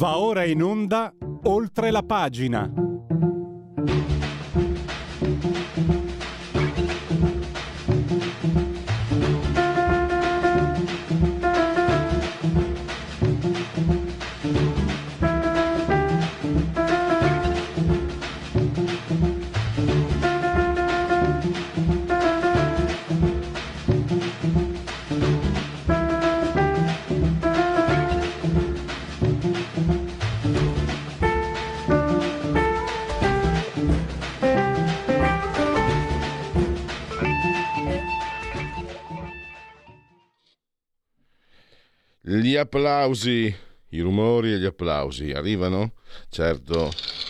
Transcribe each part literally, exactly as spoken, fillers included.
Va ora in onda Oltre la pagina. Gli applausi, i rumori e gli applausi arrivano? Certo.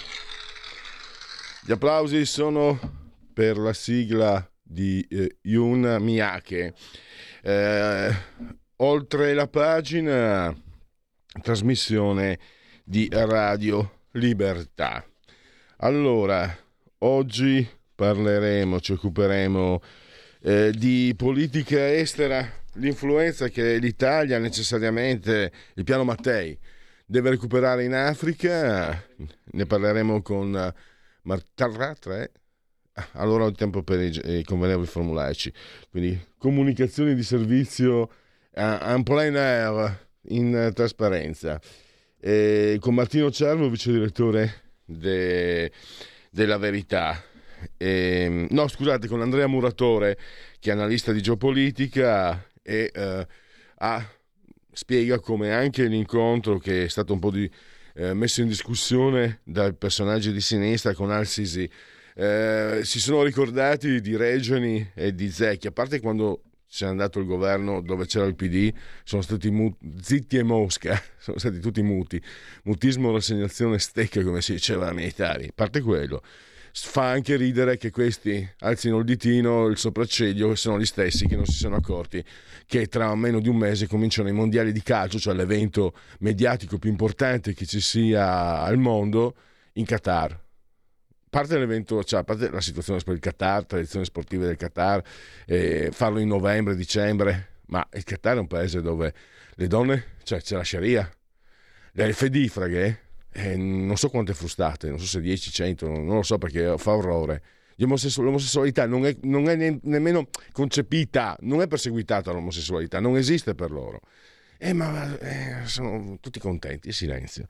Gli applausi sono per la sigla di eh, Jun Miyake. Eh, oltre la pagina, trasmissione di Radio Libertà. Allora, oggi parleremo, ci occuperemo eh, di politica estera. L'influenza che l'Italia necessariamente, il piano Mattei, deve recuperare in Africa, ne parleremo con Martarra tre. Allora ho il tempo per i, i convenevoli formulaici, quindi comunicazioni di servizio en plein air, in trasparenza, e con Martino Cervo, vice direttore de, della Verità. E, no, scusate, con Andrea Muratore, che è analista di geopolitica e eh, ha, spiega come anche l'incontro che è stato un po' di, eh, messo in discussione dai personaggi di sinistra con Al-Sisi, eh, si sono ricordati di Regeni e di Zecchi, a parte quando c'è andato il governo dove c'era il P D, sono stati mu- zitti e mosca, sono stati tutti muti, mutismo, rassegnazione, stecca, come si diceva ai militari. A parte quello, fa anche ridere che questi alzino il ditino, il sopracciglio, che sono gli stessi che non si sono accorti che tra meno di un mese cominciano i mondiali di calcio, cioè l'evento mediatico più importante che ci sia al mondo, in Qatar. A parte l'evento, cioè a parte la situazione per il Qatar, tradizioni sportive del Qatar, eh, farlo in novembre, dicembre, ma il Qatar è un paese dove le donne, cioè c'è la Sharia, le fedifraghe, eh, non so quante frustate, non so se dieci, cento, non lo so, perché fa orrore. L'omosessualità non è, non è ne, nemmeno concepita, non è perseguitata l'omosessualità, non esiste per loro. Eh, ma eh, sono tutti contenti, silenzio.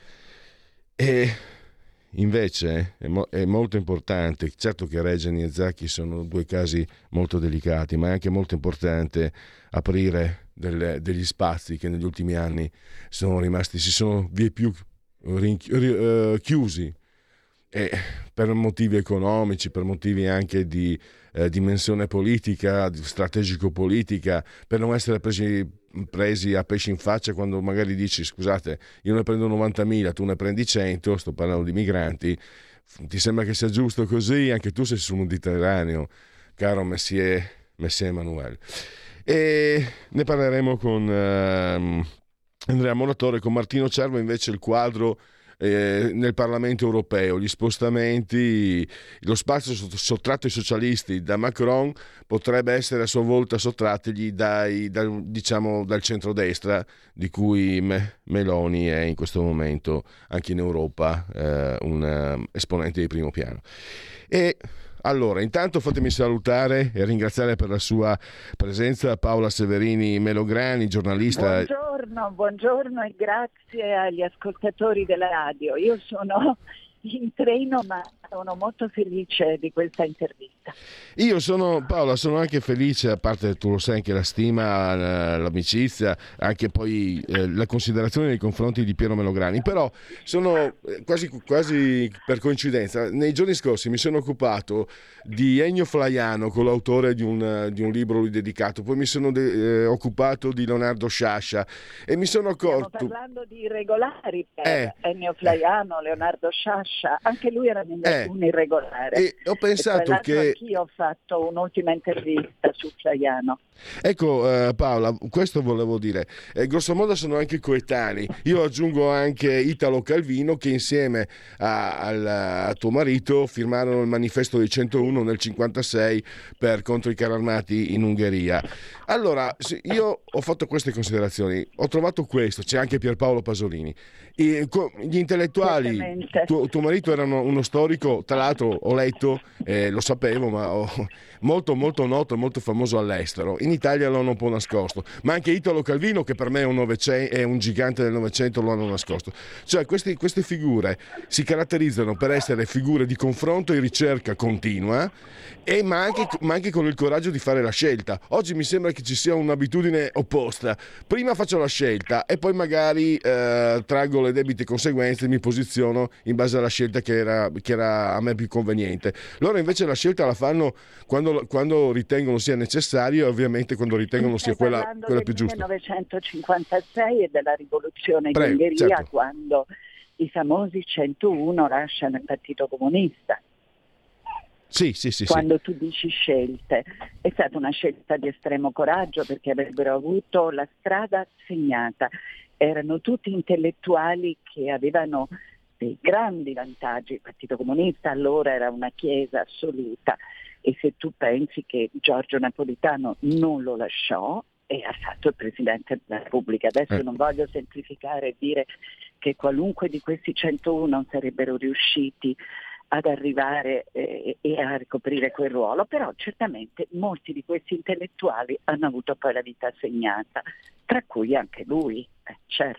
E invece è, mo- è molto importante, certo che Regeni e Zecchi sono due casi molto delicati, ma è anche molto importante aprire delle, degli spazi che negli ultimi anni sono rimasti, si sono vie più rinchi- ri- uh, chiusi, e per motivi economici, per motivi anche di eh, dimensione politica, strategico-politica, per non essere presi, presi a pesci in faccia quando magari dici scusate, io ne prendo novantamila, tu ne prendi cento, sto parlando di migranti, ti sembra che sia giusto così? Anche tu sei sul Mediterraneo, caro Messie, Messie Emanuele. E ne parleremo con eh, Andrea Muratore, con Martino Cervo invece il quadro Eh, nel Parlamento europeo, gli spostamenti, lo spazio sottratto ai socialisti da Macron potrebbe essere a sua volta sottrattegli dai, dal, diciamo, dal centrodestra, di cui Me, Meloni è in questo momento anche in Europa eh, un uh, esponente di primo piano. E allora, intanto fatemi salutare e ringraziare per la sua presenza Paola Severini Melograni, giornalista. Buongiorno, buongiorno e grazie agli ascoltatori della radio. Io sono in treno, ma sono molto felice di questa intervista. Io sono, Paola, sono anche felice, a parte tu lo sai, anche la stima, l'amicizia, anche poi eh, la considerazione nei confronti di Piero Melograni, però sono quasi, quasi per coincidenza, nei giorni scorsi mi sono occupato di Ennio Flaiano, con l'autore di un, di un libro lui dedicato, poi mi sono de, eh, occupato di Leonardo Sciascia e mi sono accorto... Stiamo parlando di regolari per eh, Ennio Flaiano, eh, Leonardo Sciascia. lascia. Anche lui era un, eh, un irregolare. E ho pensato e che anch'io ho fatto un'ultima intervista su Flaiano. Ecco eh, Paola, questo volevo dire, eh, grosso modo sono anche coetanei. Io aggiungo anche Italo Calvino, che insieme a, al, a tuo marito firmarono il manifesto dei centouno nel cinquantasei per contro i carri armati in Ungheria. Allora, io ho fatto queste considerazioni, ho trovato questo, c'è anche Pierpaolo Pasolini. I, gli intellettuali, tuo, tuo marito era uno, uno storico, tra l'altro ho letto, eh, lo sapevo, ma ho, molto molto noto, molto famoso all'estero. In Italia lo hanno un po' nascosto, ma anche Italo Calvino, che per me è un, novecento, è un gigante del Novecento, lo hanno nascosto. Cioè questi, queste figure si caratterizzano per essere figure di confronto e ricerca continua, e ma anche, ma anche con il coraggio di fare la scelta. Oggi mi sembra che ci sia un'abitudine opposta: prima faccio la scelta e poi magari eh, traggo le debite conseguenze e mi posiziono in base alla scelta che era, che era a me più conveniente. Loro invece la scelta la fanno quando, quando ritengono sia necessario, e ovviamente quando ritengono sia quella, quella più giusta. millenovecentocinquantasei e della rivoluzione Prego, di Ungheria, certo. Quando i famosi centouno lasciano il Partito Comunista. Sì, sì, sì, quando sì. tu dici scelte, è stata una scelta di estremo coraggio, perché avrebbero avuto la strada segnata. Erano tutti intellettuali che avevano dei grandi vantaggi. Il Partito Comunista allora era una chiesa assoluta, e se tu pensi che Giorgio Napolitano non lo lasciò e ha fatto il Presidente della Repubblica. Adesso Eh. non voglio semplificare e dire che qualunque di questi centouno sarebbero riusciti ad arrivare eh, e a ricoprire quel ruolo, però certamente molti di questi intellettuali hanno avuto poi la vita segnata, tra cui anche lui, eh, certo.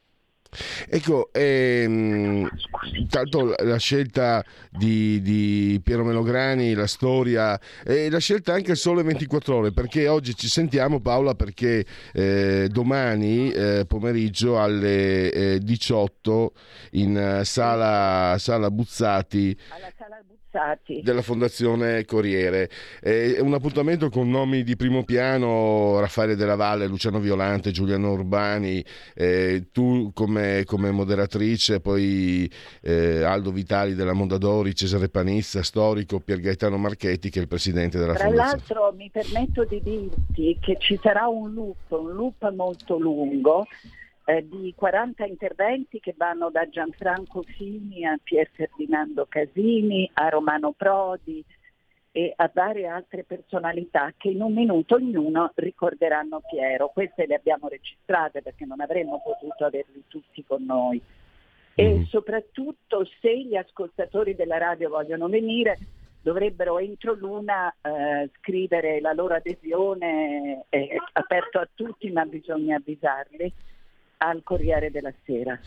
Ecco, ehm, tanto la scelta di, di Piero Melograni, la storia, e la scelta anche il Sole ventiquattro Ore, perché oggi ci sentiamo, Paola, perché eh, domani eh, pomeriggio alle eh, diciotto in uh, sala, sala Buzzati, Alla sala Buzzati della Fondazione Corriere, è un appuntamento con nomi di primo piano: Raffaele Della Valle, Luciano Violante, Giuliano Urbani, eh, tu come, come moderatrice, poi eh, Aldo Vitali della Mondadori, Cesare Panizza, storico, Pier Gaetano Marchetti, che è il presidente della Tra Fondazione. l'altro mi permetto di dirti che ci sarà un loop, un loop molto lungo, Eh, di quaranta interventi che vanno da Gianfranco Fini a Pier Ferdinando Casini a Romano Prodi e a varie altre personalità che in un minuto ognuno ricorderanno Piero. Queste le abbiamo registrate perché non avremmo potuto averli tutti con noi. E Mm-hmm. soprattutto, se gli ascoltatori della radio vogliono venire, dovrebbero entro l'una eh, scrivere la loro adesione, è aperto a tutti, ma bisogna avvisarli, al Corriere della Sera.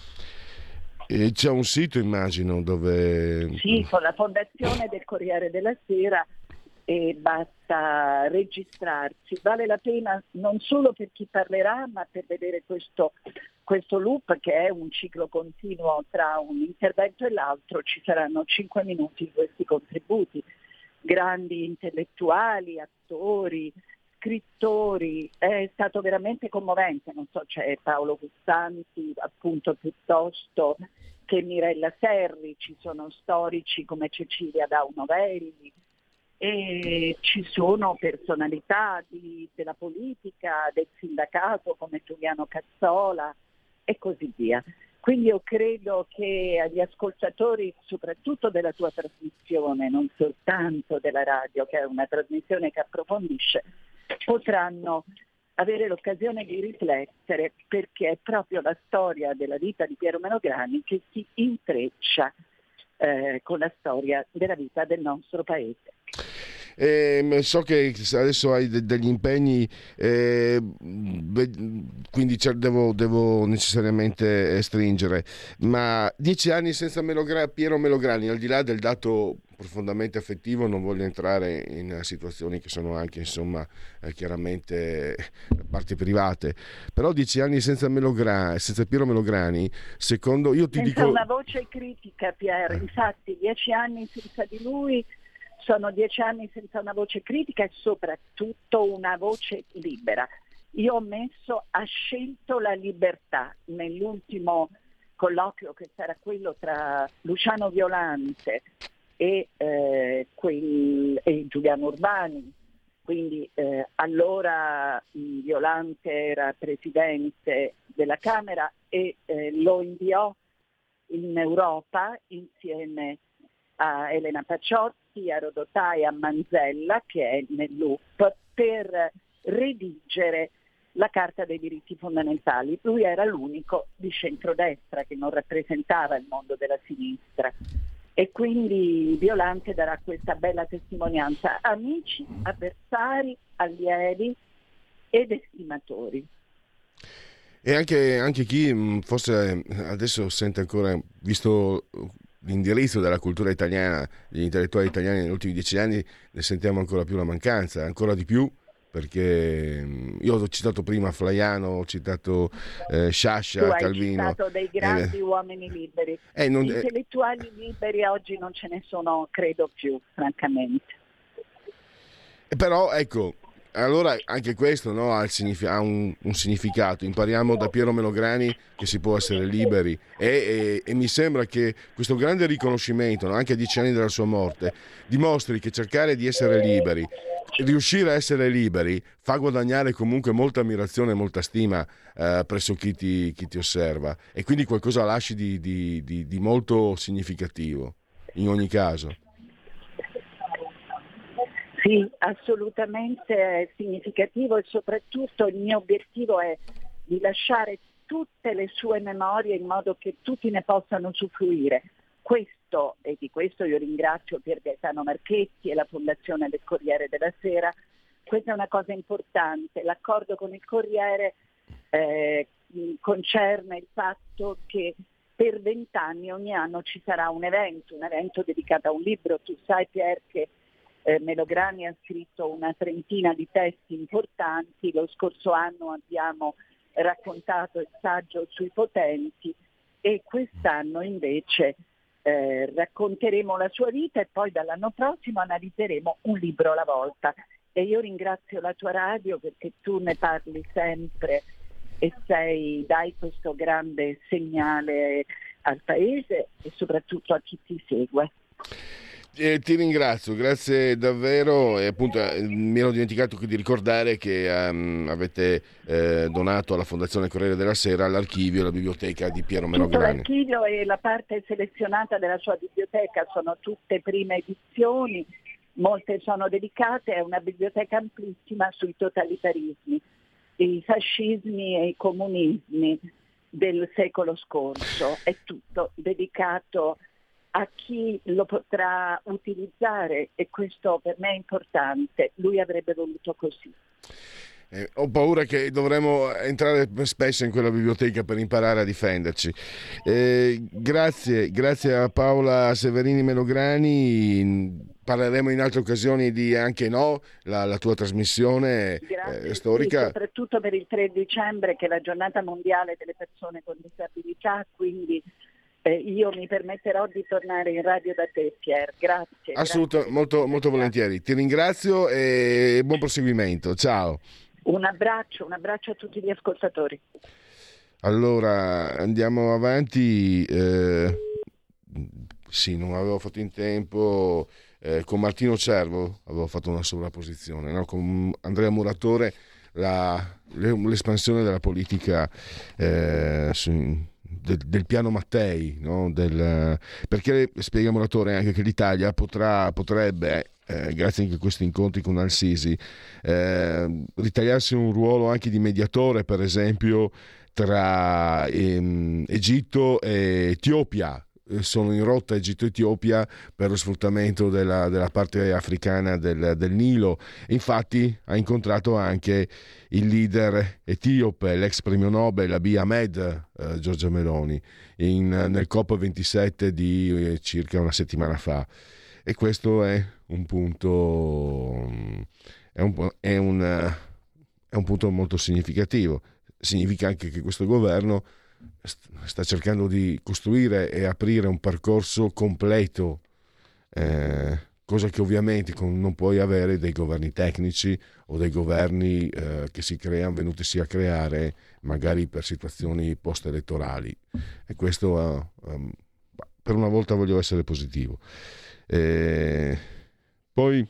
E c'è un sito, immagino, dove... Sì, con la fondazione del Corriere della Sera, e basta registrarsi. Vale la pena non solo per chi parlerà, ma per vedere questo, questo loop, che è un ciclo continuo tra un intervento e l'altro. Ci saranno cinque minuti di questi contributi. Grandi intellettuali, attori, scrittori, è stato veramente commovente. Non so, c'è Paolo Gustanti, appunto, piuttosto che Mirella Serri, ci sono storici come Cecilia Daunovelli, e ci sono personalità di, della politica, del sindacato come Giuliano Cazzola e così via. Quindi io credo che agli ascoltatori, soprattutto della tua trasmissione, non soltanto della radio, che è una trasmissione che approfondisce, potranno avere l'occasione di riflettere, perché è proprio la storia della vita di Piero Melograni che si intreccia eh, con la storia della vita del nostro paese. Eh, so che adesso hai de- degli impegni, eh, quindi devo, devo necessariamente stringere, ma dieci anni senza Melogra- Piero Melograni, al di là del dato profondamente affettivo, non voglio entrare in situazioni che sono anche, insomma, eh, chiaramente parti private, però dieci anni senza Melograni, senza Piero Melograni, secondo io ti senza dico... una voce critica, Piero, infatti dieci anni senza di lui sono dieci anni senza una voce critica e soprattutto una voce libera. Io ho messo, ha scelto la libertà nell'ultimo colloquio che sarà quello tra Luciano Violante e, eh, quel, e Giuliano Urbani. Quindi eh, allora Violante era presidente della Camera e eh, lo inviò in Europa insieme a Elena Paciotti, a Rodotà e a Manzella, che è nell'U P, per redigere la Carta dei diritti fondamentali. Lui era l'unico di centrodestra che non rappresentava il mondo della sinistra. E quindi Violante darà questa bella testimonianza. Amici, avversari, allievi ed estimatori. E anche, anche chi forse adesso sente ancora, visto l'indirizzo della cultura italiana, degli intellettuali italiani negli ultimi dieci anni, ne sentiamo ancora più la mancanza, ancora di più, perché io ho citato prima Flaiano, ho citato eh, Sciascia, tu hai Calvino. citato dei grandi eh, uomini liberi. eh, non, Gli intellettuali liberi oggi non ce ne sono, credo, più, francamente. eh, però ecco, allora anche questo, no, ha, il signifi- ha un, un significato. Impariamo da Piero Melograni che si può essere liberi e, e, e mi sembra che questo grande riconoscimento, no, anche a dieci anni dalla sua morte, dimostri che cercare di essere liberi, riuscire a essere liberi, fa guadagnare comunque molta ammirazione e molta stima eh, presso chi ti, chi ti osserva, e quindi qualcosa lasci di, di, di, di molto significativo in ogni caso. Sì, assolutamente è significativo, e soprattutto il mio obiettivo è di lasciare tutte le sue memorie in modo che tutti ne possano usufruire. Questo, e di questo io ringrazio Pier Gaetano Marchetti e la Fondazione del Corriere della Sera, questa è una cosa importante. L'accordo con il Corriere eh, concerne il fatto che per vent'anni ogni anno ci sarà un evento, un evento dedicato a un libro. Tu sai, Pier, che Eh, Melograni ha scritto una trentina di testi importanti. Lo scorso anno abbiamo raccontato il saggio sui potenti e quest'anno invece eh, racconteremo la sua vita, e poi dall'anno prossimo analizzeremo un libro alla volta. E io ringrazio la tua radio perché tu ne parli sempre e sei, dai questo grande segnale al paese e soprattutto a chi ti segue. Eh, ti ringrazio, grazie davvero, e appunto eh, mi ero dimenticato di ricordare che um, avete eh, donato alla Fondazione Corriere della Sera l'archivio e la biblioteca di Piero Tutto Melograni. l'archivio e la parte selezionata della sua biblioteca sono tutte prime edizioni, molte sono dedicate, è una biblioteca amplissima sui totalitarismi, i fascismi e i comunismi del secolo scorso, è tutto dedicato a chi lo potrà utilizzare, e questo per me è importante. Lui avrebbe voluto così. Eh, ho paura che dovremo entrare spesso in quella biblioteca per imparare a difenderci. Eh, grazie, grazie a Paola Severini Melograni. Parleremo in altre occasioni di Anche No, la, la tua trasmissione Grazie, eh, storica. Sì, soprattutto per il tre dicembre, che è la giornata mondiale delle persone con disabilità, quindi eh, io mi permetterò di tornare in radio da te, Pier. Grazie. Assolutamente, molto, molto volentieri. Ti ringrazio e buon proseguimento. Ciao. Un abbraccio, un abbraccio a tutti gli ascoltatori. Allora, andiamo avanti. Eh, sì, non avevo fatto in tempo. Eh, con Martino Cervo avevo fatto una sovrapposizione, no? Con Andrea Muratore la, l'espansione della politica eh, su, del, del piano Mattei, no? Del, perché spiega Muratore anche che l'Italia potrà, potrebbe Eh, grazie anche a questi incontri con Al-Sisi, eh, ritagliarsi un ruolo anche di mediatore, per esempio, tra ehm, Egitto e Etiopia. Sono in rotta Egitto-Etiopia per lo sfruttamento della, della parte africana del, del Nilo. Infatti ha incontrato anche il leader etiope, l'ex premio Nobel Abiy Ahmed, eh, Giorgia Meloni, in, nel COP ventisette di eh, circa una settimana fa. E questo è un punto è un, è un, è un punto molto significativo. Significa anche che questo governo sta cercando di costruire e aprire un percorso completo eh, cosa che ovviamente non puoi avere dei governi tecnici o dei governi eh, che si creano, venutisi a creare magari per situazioni post-elettorali. E questo uh, um, per una volta voglio essere positivo. E poi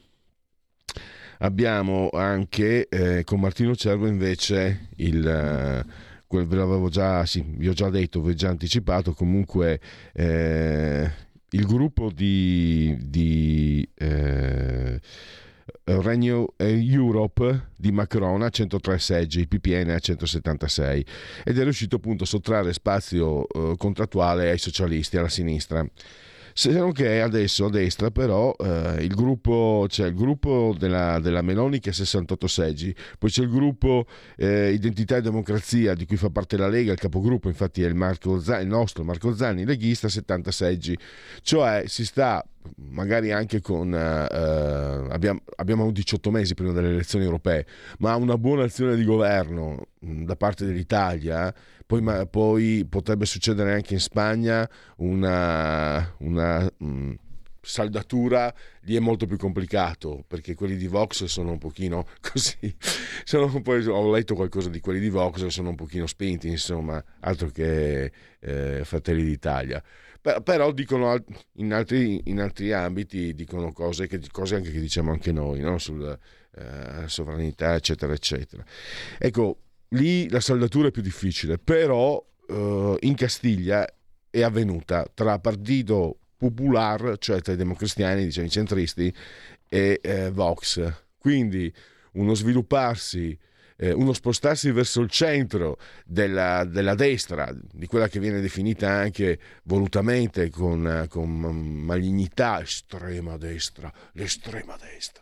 abbiamo anche eh, con Martino Cervo invece il... Uh, quel, ve l'avevo già, sì, vi ho già detto, vi ho già anticipato, comunque eh, il gruppo di, di eh, Regno Europe di Macron a centotré seggi, P P N a centosettantasei, ed è riuscito appunto a sottrarre spazio eh, contrattuale ai socialisti, alla sinistra. Se non che adesso a destra però eh, il gruppo, c'è il gruppo della, della Meloni che ha sessantotto seggi, poi c'è il gruppo eh, Identità e Democrazia di cui fa parte la Lega, il capogruppo infatti è il, Marco Zanni, il nostro Marco Zanni, leghista, settanta seggi, cioè si sta magari anche con eh, abbiamo, abbiamo diciotto mesi prima delle elezioni europee, ma una buona azione di governo mh, da parte dell'Italia. Poi, ma, poi potrebbe succedere anche in Spagna una, una mh, saldatura, lì è molto più complicato perché quelli di Vox sono un pochino così, sono, poi ho letto qualcosa di quelli di Vox, sono un pochino spinti, insomma, altro che eh, Fratelli d'Italia. Però dicono in altri, in altri ambiti dicono cose, che, cose anche che diciamo anche noi, no? Sulla eh, sovranità eccetera eccetera. Ecco, lì la saldatura è più difficile, però eh, in Castiglia è avvenuta tra Partito Popular, cioè tra i democristiani, diciamo i centristi, e eh, Vox, quindi uno svilupparsi, eh, uno spostarsi verso il centro della, della destra, di quella che viene definita anche volutamente con, con malignità estrema destra, l'estrema destra,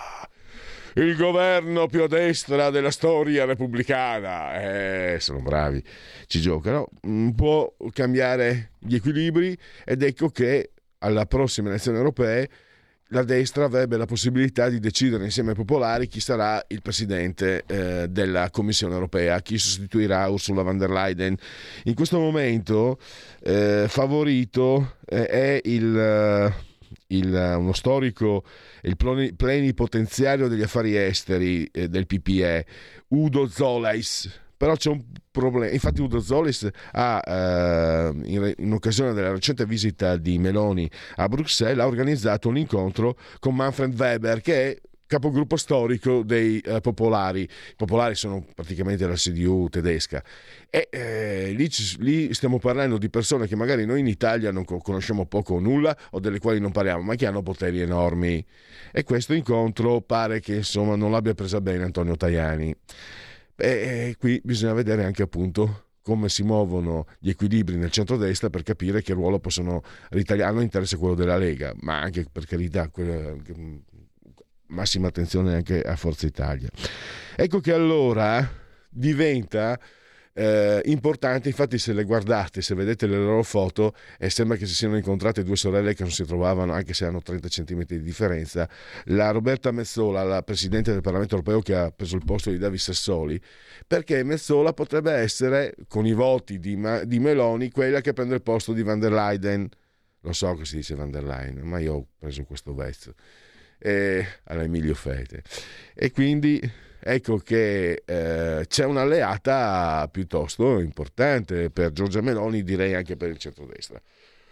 il governo più a destra della storia repubblicana. Eh, sono bravi, ci giocano. Può cambiare gli equilibri ed ecco che alla prossima elezione europee la destra avrebbe la possibilità di decidere insieme ai popolari chi sarà il presidente eh, della Commissione europea, chi sostituirà Ursula von der Leyen. In questo momento eh, favorito eh, è il, il, uno storico, il plenipotenziario degli affari esteri eh, del P P E, Udo Zollais. Però c'è un problema, infatti Udo Zollais ha, eh, in, in occasione della recente visita di Meloni a Bruxelles, ha organizzato un incontro con Manfred Weber, che è capogruppo storico dei eh, popolari. I popolari sono praticamente la C D U tedesca. E eh, lì, lì stiamo parlando di persone che magari noi in Italia non conosciamo poco o nulla, o delle quali non parliamo, ma che hanno poteri enormi. E questo incontro pare che insomma non l'abbia presa bene Antonio Tajani. E qui bisogna vedere anche appunto come si muovono gli equilibri nel centrodestra per capire che ruolo possono ritagliare. Hanno interesse quello della Lega, ma anche per carità quella, massima attenzione anche a Forza Italia. Ecco che allora diventa eh, importante, infatti se le guardate, se vedete le loro foto, e sembra che si siano incontrate due sorelle che non si trovavano, anche se hanno trenta centimetri di differenza. La Roberta Metsola, la presidente del Parlamento europeo che ha preso il posto di David Sassoli, perché Metsola potrebbe essere, con i voti di, Ma- di Meloni, quella che prende il posto di van der Leyen. Lo so che si dice van der Leyen, ma io ho preso questo vezzo e alla Emilio Fete, e quindi ecco che eh, c'è un'alleata piuttosto importante per Giorgia Meloni, direi anche per il centrodestra.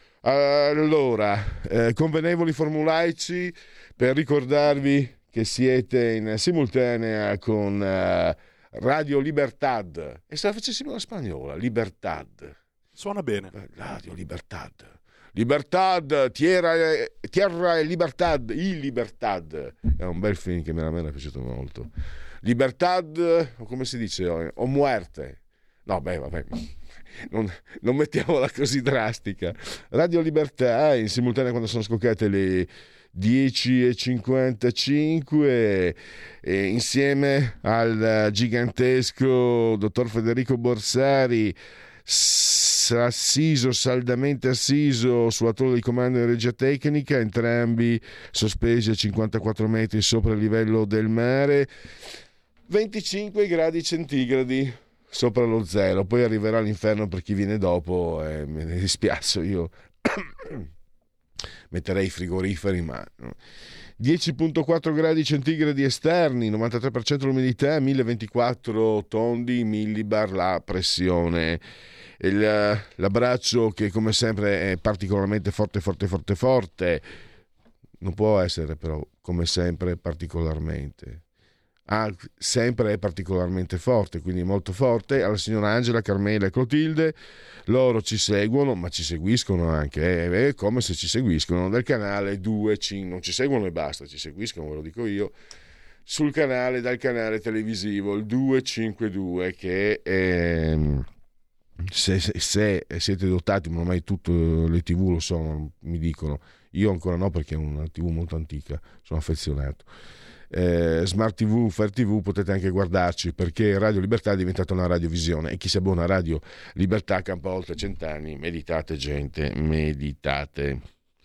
Allora, eh, convenevoli formulaici per ricordarvi che siete in simultanea con eh, Radio Libertad, e se la facessimo la spagnola, Libertad suona bene. Radio Libertad, Libertad, Tierra, Tierra e Libertad, il Libertad. È un bel film che a me è piaciuto molto. Libertad, come si dice? O muerte. No, beh, vabbè, non, non mettiamola così drastica. Radio Libertà, in simultanea quando sono scoccate le dieci e cinquantacinque, e insieme al gigantesco dottor Federico Borsari, assiso, saldamente assiso sulla torre di comando di regia tecnica, entrambi sospesi a cinquantaquattro metri sopra il livello del mare, venticinque gradi centigradi sopra lo zero. Poi arriverà l'inferno per chi viene dopo, e me ne dispiace io. metterei i frigoriferi, ma dieci virgola quattro gradi centigradi esterni, novantatré per cento l'umidità, mille ventiquattro tondi millibar la pressione. Il, l'abbraccio che come sempre è particolarmente forte forte forte forte, non può essere però come sempre particolarmente, ah, sempre è particolarmente forte, quindi molto forte, alla signora Angela, Carmela e Clotilde. Loro ci seguono, ma ci seguiscono anche, è come se ci seguiscono del canale due cinque, non ci seguono e basta, ci seguiscono, ve lo dico io, sul canale, dal canale televisivo il duecentocinquantadue, che è, se, se, se siete dotati, ma ormai tutte le tv lo sono, mi dicono, io ancora no perché è una tv molto antica, sono affezionato. Eh, Smart ti vu, Fair ti vu, potete anche guardarci, perché Radio Libertà è diventata una radiovisione, e chi si abbona a Radio Libertà campa oltre cent'anni. Meditate, gente, meditate.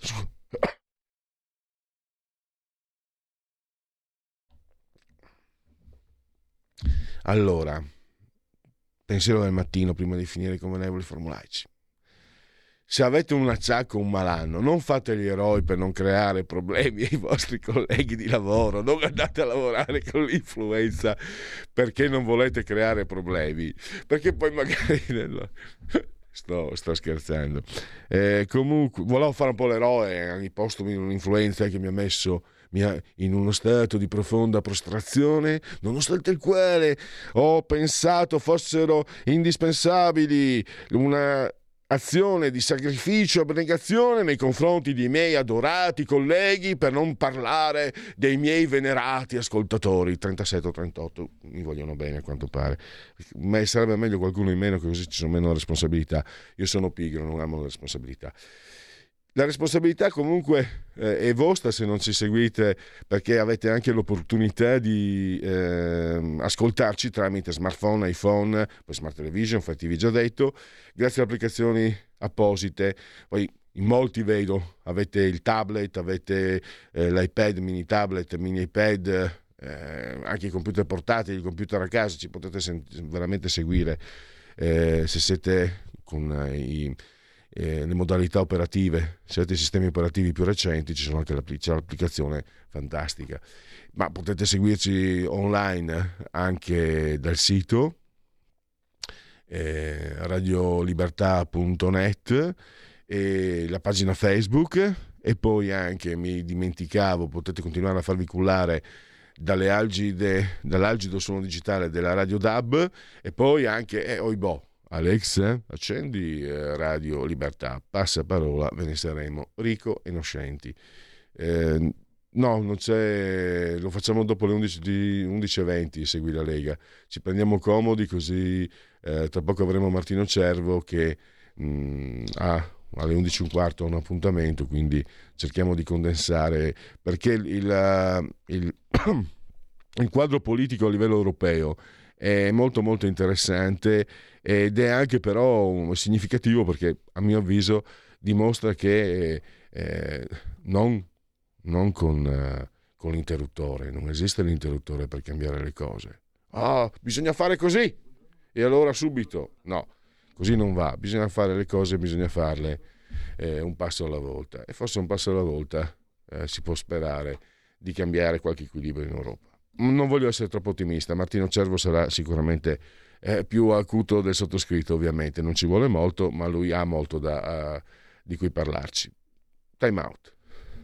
Allora, pensiero del mattino prima di finire i convenevoli formulaici. Se avete un acciacco, un malanno, non fate gli eroi per non creare problemi ai vostri colleghi di lavoro, non andate a lavorare con l'influenza perché non volete creare problemi, perché poi magari nello... sto, sto scherzando. Eh, comunque volevo fare un po' l'eroe al posto di un'influenza che mi ha messo in uno stato di profonda prostrazione, nonostante il quale ho pensato fossero indispensabili una azione di sacrificio e abnegazione nei confronti dei miei adorati colleghi, per non parlare dei miei venerati ascoltatori. trentasette o trentotto mi vogliono bene a quanto pare, ma sarebbe meglio qualcuno in meno, che così ci sono meno responsabilità. Io sono pigro, non amo la responsabilità. La responsabilità comunque eh, è vostra se non ci seguite, perché avete anche l'opportunità di eh, ascoltarci tramite smartphone, iPhone, poi smart television, Fire ti vu già detto, grazie alle applicazioni apposite. Poi in molti vedo, avete il tablet, avete eh, l'iPad, mini tablet, mini iPad, eh, anche i computer portatili, il computer a casa, ci potete sen- veramente seguire eh, se siete con eh, i Eh, le modalità operative, se avete i sistemi operativi più recenti, ci sono anche c'è l'applicazione fantastica, ma potete seguirci online anche dal sito eh, radiolibertà punto net e la pagina Facebook, e poi anche, mi dimenticavo, potete continuare a farvi cullare dalle algide, dall'algido suono digitale della Radio D A B, e poi anche eh, oibò Alex, accendi eh, Radio Libertà, passa parola, ve ne saremo ricco e noscenti. Eh, no, non c'è, lo facciamo dopo le undici e venti, segui la Lega. Ci prendiamo comodi, così eh, tra poco avremo Martino Cervo che mh, ha alle undici e un quarto un appuntamento, quindi cerchiamo di condensare, perché il, il, il, il quadro politico a livello europeo è molto molto interessante, ed è anche però significativo, perché a mio avviso dimostra che eh, non, non con, eh, con l'interruttore, non esiste l'interruttore per cambiare le cose. Ah, bisogna fare così e allora subito, no, così non va, bisogna fare le cose, bisogna farle eh, un passo alla volta, e forse un passo alla volta eh, si può sperare di cambiare qualche equilibrio in Europa. Non voglio essere troppo ottimista, Martino Cervo sarà sicuramente eh, più acuto del sottoscritto, ovviamente non ci vuole molto, ma lui ha molto da, uh, di cui parlarci. Time out.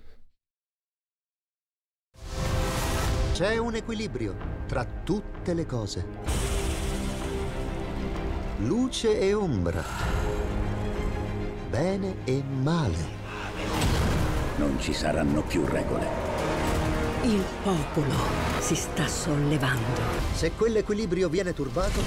C'è un equilibrio tra tutte le cose, luce e ombra, bene e male. Non ci saranno più regole. Il popolo si sta sollevando. Se quell'equilibrio viene turbato,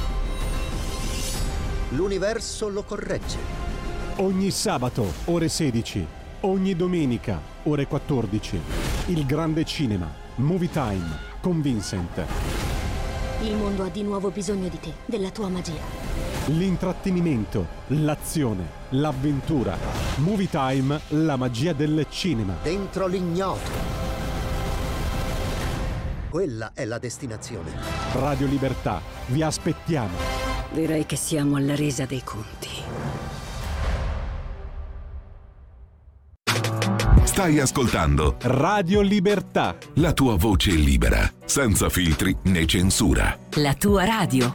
l'universo lo corregge. Ogni sabato, ore sedici. Ogni domenica, ore quattordici. Il grande cinema, Movie Time, con Vincent. Il mondo ha di nuovo bisogno di te, della tua magia. L'intrattenimento, l'azione, l'avventura. Movie Time, la magia del cinema. Dentro l'ignoto. Quella è la destinazione. Radio Libertà, vi aspettiamo. Direi che siamo alla resa dei conti. Stai ascoltando Radio Libertà. La tua voce libera, senza filtri né censura. La tua radio.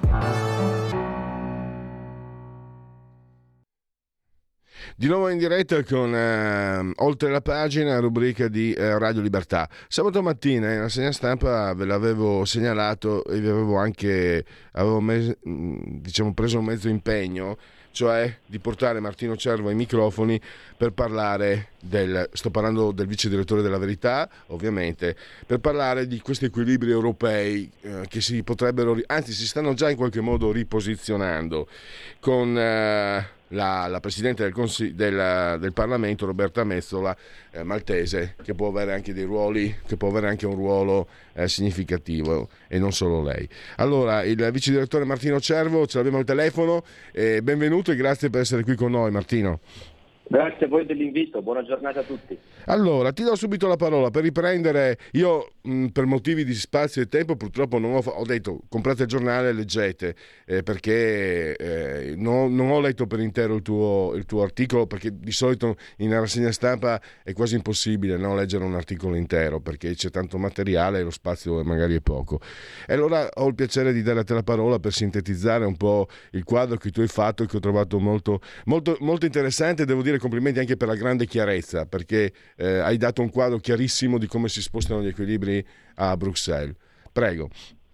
Di nuovo in diretta con eh, Oltre la pagina, rubrica di eh, Radio Libertà. Sabato mattina in rassegna stampa ve l'avevo segnalato e vi avevo anche avevo mes- diciamo preso un mezzo impegno, cioè di portare Martino Cervo ai microfoni per parlare del, sto parlando del vice direttore della Verità, ovviamente, per parlare di questi equilibri europei eh, che si potrebbero, anzi si stanno già in qualche modo riposizionando con eh, la, la Presidente del, Consiglio, del, del Parlamento, Roberta Metsola, eh, maltese, che può avere anche dei ruoli, che può avere anche un ruolo eh, significativo, e non solo lei. Allora, il vice direttore Martino Cervo, ce l'abbiamo al telefono, eh, benvenuto e grazie per essere qui con noi, Martino. Grazie a voi dell'invito, buona giornata a tutti. Allora, ti do subito la parola per riprendere. Io mh, per motivi di spazio e tempo purtroppo non ho, ho detto comprate il giornale e leggete, eh, perché eh, no, non ho letto per intero il tuo, il tuo articolo, perché di solito in rassegna stampa è quasi impossibile, no, leggere un articolo intero perché c'è tanto materiale e lo spazio magari è poco. E allora ho il piacere di dare a te la parola per sintetizzare un po' il quadro che tu hai fatto e che ho trovato molto, molto, molto interessante. Devo dire complimenti anche per la grande chiarezza, perché eh, hai dato un quadro chiarissimo di come si spostano gli equilibri a Bruxelles. Prego.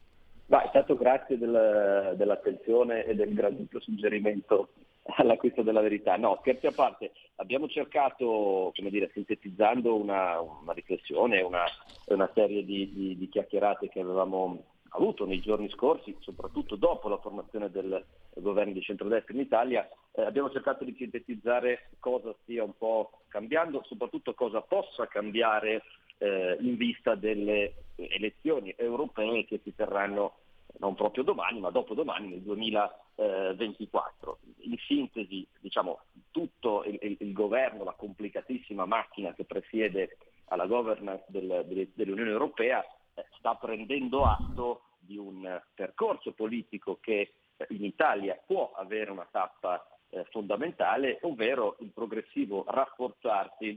Ma intanto grazie del, dell'attenzione e del gradito suggerimento all'acquisto della Verità. No, scherzi a parte, abbiamo cercato, come dire, sintetizzando una, una riflessione, una, una serie di, di, di chiacchierate che avevamo avuto nei giorni scorsi, soprattutto dopo la formazione del governo di centrodestra in Italia, eh, abbiamo cercato di sintetizzare cosa stia un po' cambiando, soprattutto cosa possa cambiare eh, in vista delle elezioni europee che si terranno non proprio domani, ma dopodomani, nel duemilaventiquattro. In sintesi, diciamo, tutto il, il, il governo, la complicatissima macchina che presiede alla governance del, del, dell'Unione Europea, sta prendendo atto di un percorso politico che in Italia può avere una tappa eh, fondamentale, ovvero il progressivo rafforzarsi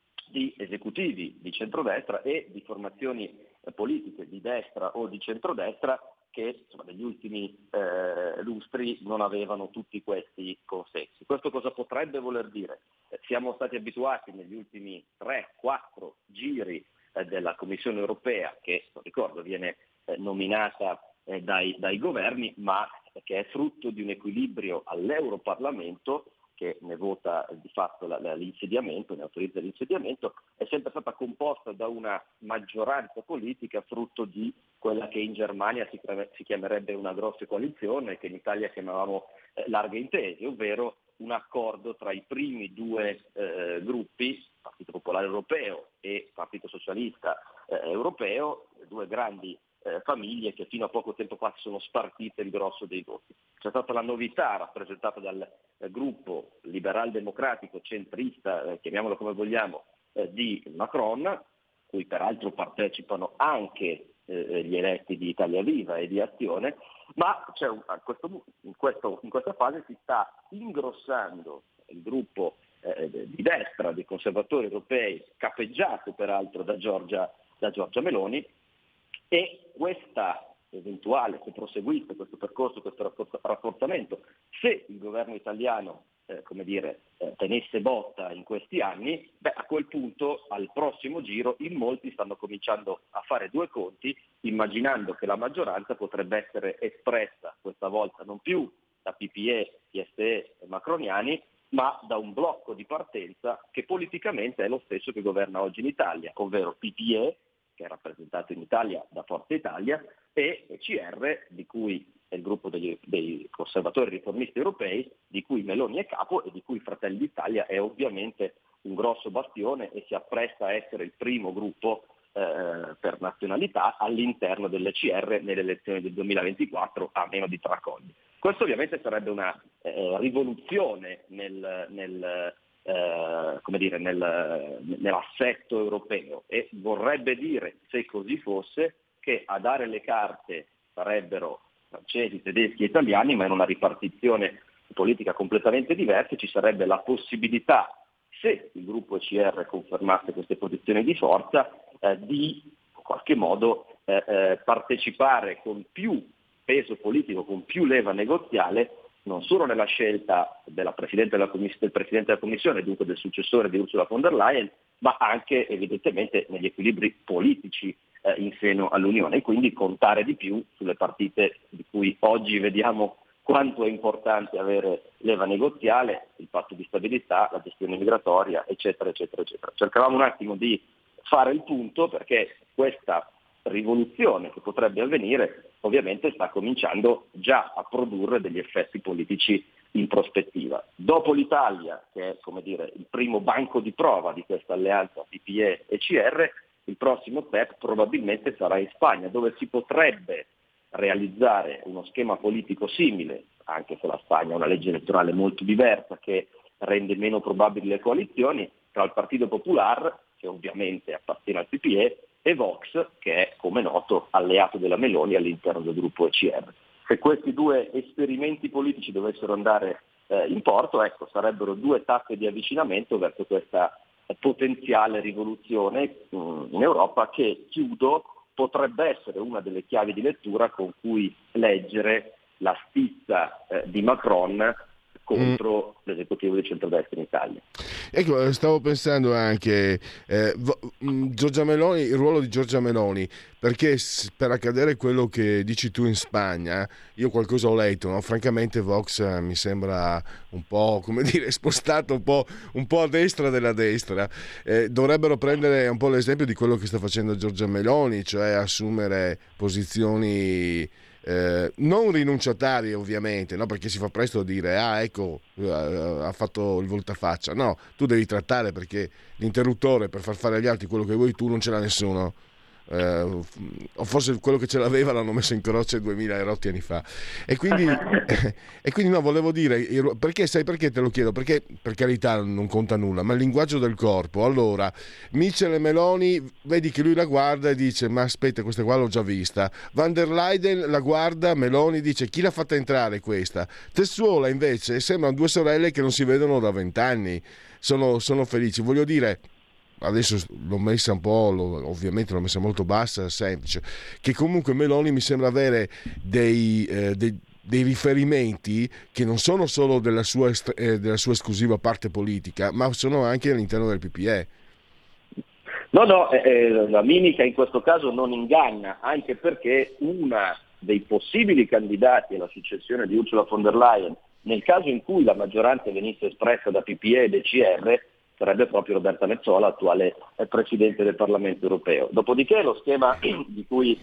di esecutivi di centrodestra e di formazioni eh, politiche di destra o di centrodestra che insomma, negli ultimi eh, lustri non avevano tutti questi consensi. Questo cosa potrebbe voler dire? Eh, siamo stati abituati negli ultimi tre quattro giri della Commissione europea, che ricordo viene eh, nominata eh, dai, dai governi, ma che è frutto di un equilibrio all'Europarlamento che ne vota eh, di fatto la, la, l'insediamento, ne autorizza l'insediamento, è sempre stata composta da una maggioranza politica frutto di quella che in Germania si, si chiamerebbe una grossa coalizione, che in Italia chiamavamo eh, larghe intese, ovvero un accordo tra i primi due eh, gruppi, Partito Popolare Europeo e Partito Socialista eh, Europeo, due grandi eh, famiglie che fino a poco tempo fa si sono spartite il grosso dei voti. C'è stata la novità rappresentata dal eh, gruppo liberal-democratico centrista, eh, chiamiamolo come vogliamo, eh, di Macron, cui peraltro partecipano anche eh, gli eletti di Italia Viva e di Azione, ma c'è un, a questo, in, questo, in questa fase si sta ingrossando il gruppo eh, di destra dei conservatori europei, capeggiato peraltro da Giorgia, da Giorgia Meloni, e questa eventuale, se proseguisse questo percorso, questo rafforzamento, se il governo italiano eh, come dire, eh, tenesse botta in questi anni, beh, a quel punto al prossimo giro in molti stanno cominciando a fare due conti, immaginando che la maggioranza potrebbe essere espressa questa volta non più da P P E, P S E e macroniani, ma da un blocco di partenza che politicamente è lo stesso che governa oggi in Italia, ovvero P P E, che è rappresentato in Italia da Forza Italia, e C R, di cui è il gruppo degli, dei conservatori riformisti europei, di cui Meloni è capo e di cui Fratelli d'Italia è ovviamente un grosso bastione e si appresta a essere il primo gruppo eh, per nazionalità all'interno delle C R nelle elezioni del duemilaventiquattro, a meno di tracogli. Questo ovviamente sarebbe una eh, rivoluzione nel, nel, eh, come dire, nel, nell'assetto europeo, e vorrebbe dire, se così fosse, che a dare le carte sarebbero francesi, tedeschi e italiani, ma in una ripartizione politica completamente diversa ci sarebbe la possibilità, se il gruppo E C R confermasse queste posizioni di forza, eh, di in qualche modo eh, eh, partecipare con più peso politico, con più leva negoziale, non solo nella scelta della Presidente della Commiss- del Presidente della Commissione, dunque del successore di Ursula von der Leyen, ma anche evidentemente negli equilibri politici eh, in seno all'Unione, e quindi contare di più sulle partite di cui oggi vediamo quanto è importante avere leva negoziale, il patto di stabilità, la gestione migratoria, eccetera, eccetera, eccetera. Cercavamo un attimo di fare il punto, perché questa rivoluzione che potrebbe avvenire ovviamente sta cominciando già a produrre degli effetti politici in prospettiva. Dopo l'Italia, che è, come dire, il primo banco di prova di questa alleanza P P E e C R, il prossimo step probabilmente sarà in Spagna, dove si potrebbe realizzare uno schema politico simile, anche se la Spagna ha una legge elettorale molto diversa che rende meno probabili le coalizioni, tra il Partito Popular, che ovviamente appartiene al P P E, e Vox, che è, come noto, alleato della Meloni all'interno del gruppo E C R. Se questi due esperimenti politici dovessero andare eh, in porto, ecco, sarebbero due tappe di avvicinamento verso questa eh, potenziale rivoluzione mh, in Europa, che, chiudo, potrebbe essere una delle chiavi di lettura con cui leggere la stizza eh, di Macron contro mm. l'esecutivo di centrodestra in Italia. Ecco, stavo pensando anche eh, Giorgia Meloni, il ruolo di Giorgia Meloni, perché per accadere quello che dici tu in Spagna, io qualcosa ho letto, no? Francamente Vox mi sembra un po', come dire, spostato un po', un po' a destra della destra. Eh, dovrebbero prendere un po' l'esempio di quello che sta facendo Giorgia Meloni, cioè assumere posizioni Eh, non rinunciatarie ovviamente, no? Perché si fa presto a dire ah ecco eh, ha fatto il voltafaccia. No, tu devi trattare, perché l'interruttore per far fare agli altri quello che vuoi tu non ce l'ha nessuno, eh, o forse quello che ce l'aveva l'hanno messo in croce duemila e rotti anni fa, e quindi e quindi no, volevo dire, perché sai perché te lo chiedo, perché per carità non conta nulla, ma il linguaggio del corpo. Allora Michel e Meloni, vedi che lui la guarda e dice ma aspetta, questa qua l'ho già vista. Van der Leyen la guarda, Meloni dice chi l'ha fatta entrare questa. Tessuola invece sembrano due sorelle che non si vedono da vent'anni, sono, sono felici. Voglio dire, adesso l'ho messa un po', l'ho, ovviamente l'ho messa molto bassa, semplice, che comunque Meloni mi sembra avere dei, eh, dei, dei riferimenti che non sono solo della sua, eh, della sua esclusiva parte politica, ma sono anche all'interno del P P E. No, no, eh, la mimica in questo caso non inganna, anche perché una dei possibili candidati alla successione di Ursula von der Leyen, nel caso in cui la maggioranza venisse espressa da P P E ed E C R, sarebbe proprio Roberta Metsola, attuale Presidente del Parlamento europeo. Dopodiché lo schema di cui,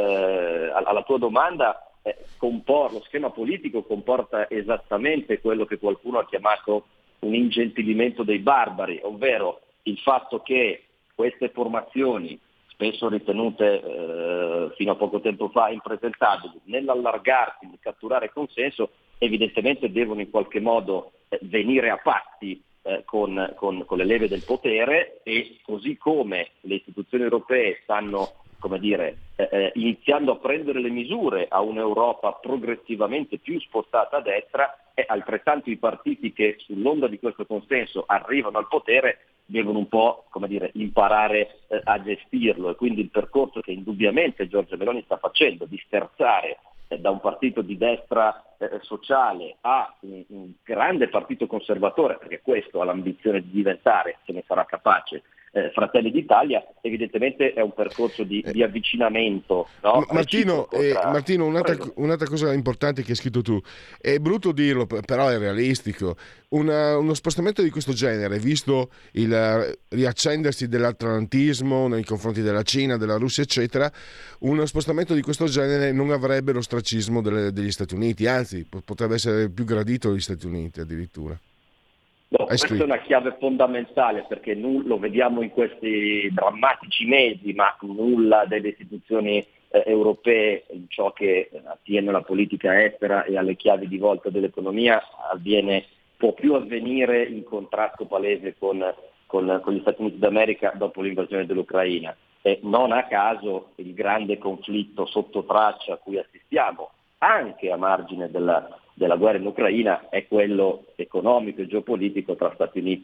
eh, alla tua domanda, eh, compor- lo schema politico comporta esattamente quello che qualcuno ha chiamato un ingentilimento dei barbari, ovvero il fatto che queste formazioni, spesso ritenute eh, fino a poco tempo fa impresentabili, nell'allargarsi, nel catturare consenso, evidentemente devono in qualche modo eh, venire a patti eh, con, con, con le leve del potere, e così come le istituzioni europee stanno, come dire, eh, eh, iniziando a prendere le misure a un'Europa progressivamente più spostata a destra, e altrettanto i partiti che sull'onda di questo consenso arrivano al potere devono un po', come dire, imparare eh, a gestirlo, e quindi il percorso che indubbiamente Giorgia Meloni sta facendo di sterzare eh, da un partito di destra eh, sociale a un, un grande partito conservatore, perché questo ha l'ambizione di diventare, se ne sarà capace, eh, Fratelli d'Italia, evidentemente è un percorso di, di avvicinamento. No? Martino, eh, tra... Martino un'altra, un'altra cosa importante che hai scritto tu, è brutto dirlo, però è realistico. Una, uno spostamento di questo genere, visto il riaccendersi dell'atlantismo nei confronti della Cina, della Russia, eccetera, uno spostamento di questo genere non avrebbe l'ostracismo delle, degli Stati Uniti, anzi potrebbe essere più gradito dagli Stati Uniti addirittura. No, questa è una chiave fondamentale, perché nu- lo vediamo in questi drammatici mesi, ma nulla delle istituzioni eh, europee in ciò che attiene alla politica estera e alle chiavi di volta dell'economia avviene, può più avvenire in contrasto palese con, con, con gli Stati Uniti d'America dopo l'invasione dell'Ucraina. E non a caso il grande conflitto sotto traccia a cui assistiamo, anche a margine della, della guerra in Ucraina, è quello economico e geopolitico tra Stati Uniti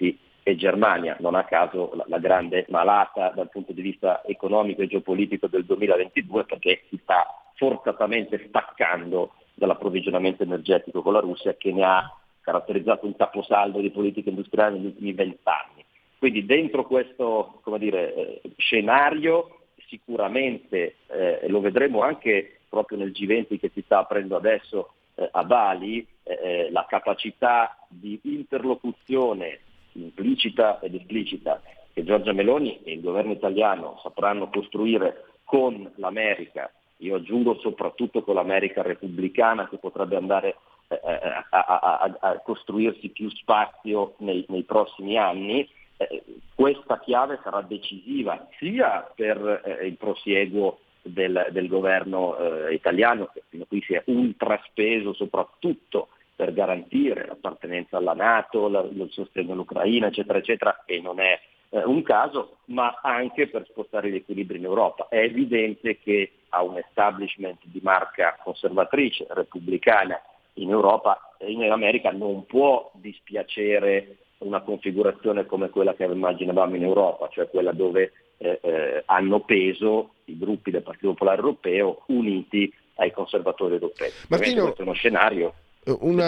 e Germania, non a caso la, la grande malata dal punto di vista economico e geopolitico del duemilaventidue, perché si sta forzatamente staccando dall'approvvigionamento energetico con la Russia, che ne ha caratterizzato un caposaldo di politica industriale negli ultimi vent'anni. Quindi dentro questo, come dire, eh, scenario sicuramente, eh, e lo vedremo anche proprio nel G venti che si sta aprendo adesso eh, a Bali, eh, la capacità di interlocuzione implicita ed esplicita che Giorgia Meloni e il governo italiano sapranno costruire con l'America, io aggiungo soprattutto con l'America repubblicana, che potrebbe andare eh, a, a, a, a costruirsi più spazio nei, nei prossimi anni. Eh, questa chiave sarà decisiva sia per eh, il prosieguo del, del governo eh, italiano, che fino a qui si è ultraspeso soprattutto per garantire l'appartenenza alla NATO, la, il sostegno all'Ucraina, eccetera, eccetera, e non è eh, un caso, ma anche per spostare gli equilibri in Europa. È evidente che a un establishment di marca conservatrice, repubblicana in Europa e in America non può dispiacere una configurazione come quella che immaginavamo in Europa, cioè quella dove eh, eh, hanno peso i gruppi del Partito Popolare Europeo uniti ai conservatori europei. Martino, questo è uno scenario. Una,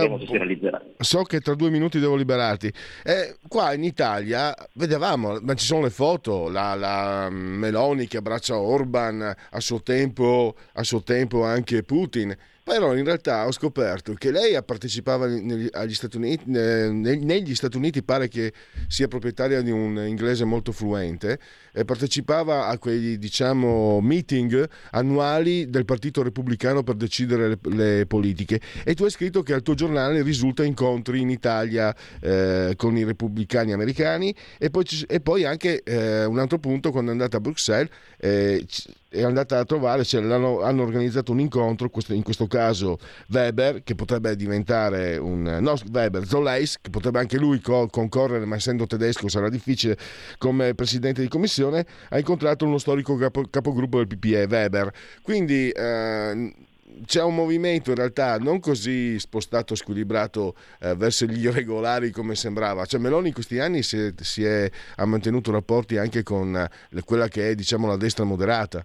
so che tra due minuti devo liberarti. Eh, qua in Italia vedevamo, ma ci sono le foto, la, la Meloni che abbraccia Orban, a suo tempo, a suo tempo anche Putin. Però in realtà ho scoperto che lei partecipava negli, agli Stati Uniti, negli Stati Uniti pare che sia proprietaria di un inglese molto fluente, e partecipava a quei, diciamo, meeting annuali del Partito Repubblicano per decidere le, le politiche, e tu hai scritto che al tuo giornale risulta incontri in Italia eh, con i repubblicani americani, e poi, e poi anche eh, un altro punto, quando è andata a Bruxelles eh, è andata a trovare, cioè hanno, hanno organizzato un incontro, in questo caso Weber, che potrebbe diventare un no Weber, Zollais, che potrebbe anche lui co- concorrere, ma essendo tedesco sarà difficile, come presidente di commissione, ha incontrato uno storico capo, capogruppo del P P E, Weber. Quindi eh, c'è un movimento in realtà non così spostato, squilibrato eh, verso gli irregolari come sembrava. Cioè Meloni in questi anni si è, si è, ha mantenuto rapporti anche con eh, quella che è, diciamo, la destra moderata.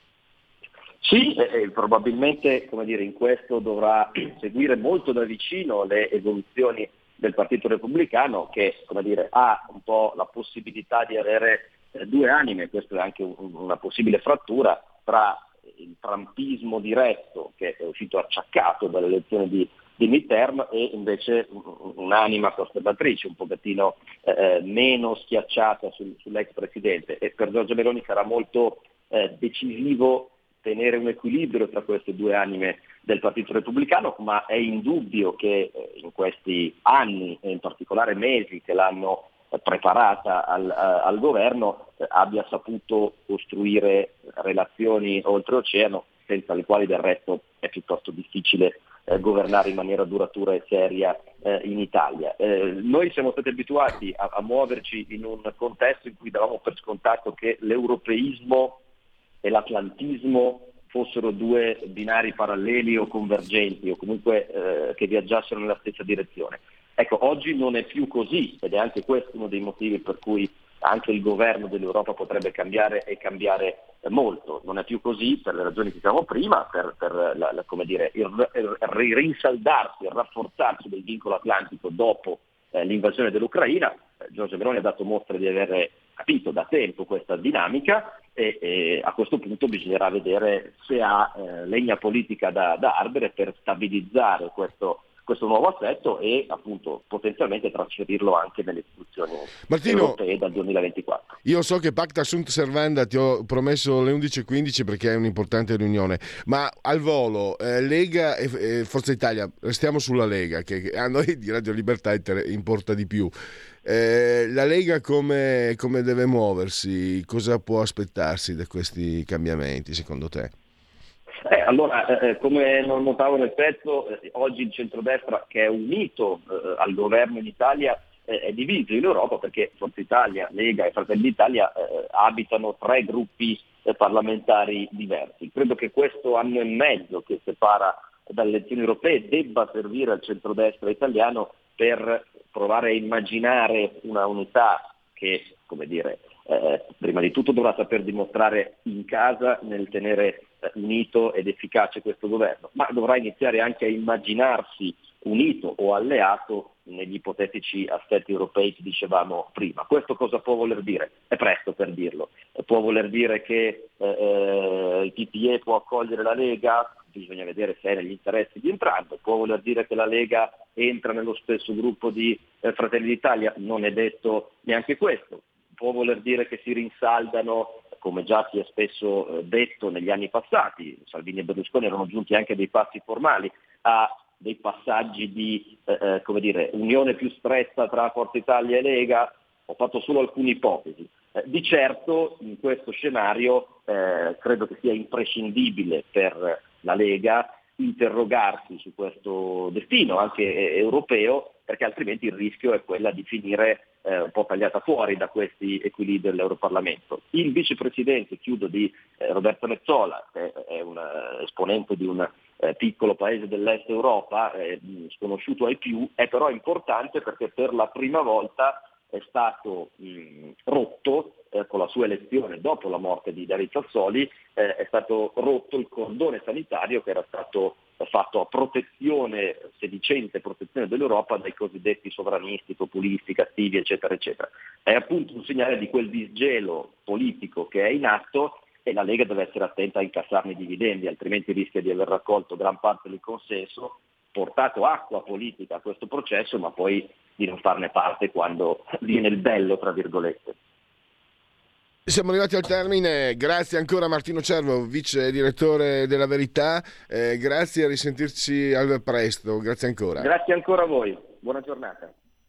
Sì, eh, probabilmente, come dire, in questo dovrà seguire molto da vicino le evoluzioni del Partito Repubblicano, che, come dire, ha un po' la possibilità di avere eh, due anime. Questo è anche un, una possibile frattura tra il trumpismo diretto, che è uscito acciaccato dalle elezioni di, di midterm, e invece un'anima conservatrice un pochettino eh, meno schiacciata sul, sull'ex presidente. E per Giorgia Meloni sarà molto eh, decisivo tenere un equilibrio tra queste due anime del Partito Repubblicano, ma è indubbio che in questi anni, e in particolare mesi che l'hanno preparata al, al governo, abbia saputo costruire relazioni oltreoceano, senza le quali del resto è piuttosto difficile eh, governare in maniera duratura e seria eh, in Italia. Eh, noi siamo stati abituati a, a muoverci in un contesto in cui davamo per scontato che l'europeismo e l'atlantismo fossero due binari paralleli o convergenti, o comunque eh, che viaggiassero nella stessa direzione. Ecco, oggi non è più così, ed è anche questo uno dei motivi per cui anche il governo dell'Europa potrebbe cambiare, e cambiare molto. Non è più così per le ragioni che dicevamo prima, per, per la, la, come dire, il, il, il rinsaldarsi, il rafforzarsi del vincolo atlantico dopo eh, l'invasione dell'Ucraina. Eh, Giorgia Meloni ha dato mostra di aver capito da tempo questa dinamica, e, e a questo punto bisognerà vedere se ha eh, legna politica da, da ardere per stabilizzare questo questo nuovo assetto e appunto potenzialmente trasferirlo anche nelle istituzioni Martino, europee dal duemilaventiquattro. Io so che pacta sunt servanda, ti ho promesso le undici e quindici perché è un'importante riunione, ma al volo eh, Lega e, e Forza Italia, restiamo sulla Lega, che a noi di Radio Libertà importa di più. Eh, la Lega come, come deve muoversi? Cosa può aspettarsi da questi cambiamenti secondo te? Eh, allora, eh, come non notavo nel pezzo, eh, oggi il centrodestra, che è unito eh, al governo in Italia, eh, è diviso in Europa, perché Forza Italia, Lega e Fratelli d'Italia eh, abitano tre gruppi eh, parlamentari diversi. Credo che questo anno e mezzo che separa dalle elezioni europee debba servire al centrodestra italiano per provare a immaginare una unità che, come dire, eh, prima di tutto dovrà saper dimostrare in casa nel tenere eh, unito ed efficace questo governo, ma dovrà iniziare anche a immaginarsi unito o alleato negli ipotetici assetti europei che dicevamo prima. Questo cosa può voler dire? È presto per dirlo. Può voler dire che eh, il P P E può accogliere la Lega? Bisogna vedere se è negli interessi di entrambi. Può voler dire che la Lega entra nello stesso gruppo di eh, Fratelli d'Italia? Non è detto neanche questo. Può voler dire che si rinsaldano, come già si è spesso eh, detto negli anni passati, Salvini e Berlusconi erano giunti anche a dei passi formali, a dei passaggi di eh, come dire, unione più stretta tra Forza Italia e Lega. Ho fatto solo alcune ipotesi. Eh, di certo in questo scenario eh, credo che sia imprescindibile per la Lega interrogarsi su questo destino anche eh, europeo, perché altrimenti il rischio è quella di finire eh, un po' tagliata fuori da questi equilibri dell'Europarlamento. Il vicepresidente, chiudo, di eh, Roberta Metsola, che è un uh, esponente di un uh, piccolo paese dell'est Europa, eh, sconosciuto ai più, è però importante perché per la prima volta è stato mh, rotto eh, con la sua elezione dopo la morte di Dario Sassoli, eh, è stato rotto il cordone sanitario che era stato fatto a protezione, sedicente protezione dell'Europa dai cosiddetti sovranisti, populisti, cattivi, eccetera, eccetera. È appunto un segnale di quel disgelo politico che è in atto e la Lega deve essere attenta a incassarne i dividendi, altrimenti rischia di aver raccolto gran parte del consenso, portato acqua politica a questo processo, ma poi di non farne parte quando viene il bello, tra virgolette. Siamo arrivati al termine, grazie ancora a Martino Cervo, vice direttore della Verità, eh, grazie, a risentirci al presto, grazie ancora. Grazie ancora a voi, buona giornata.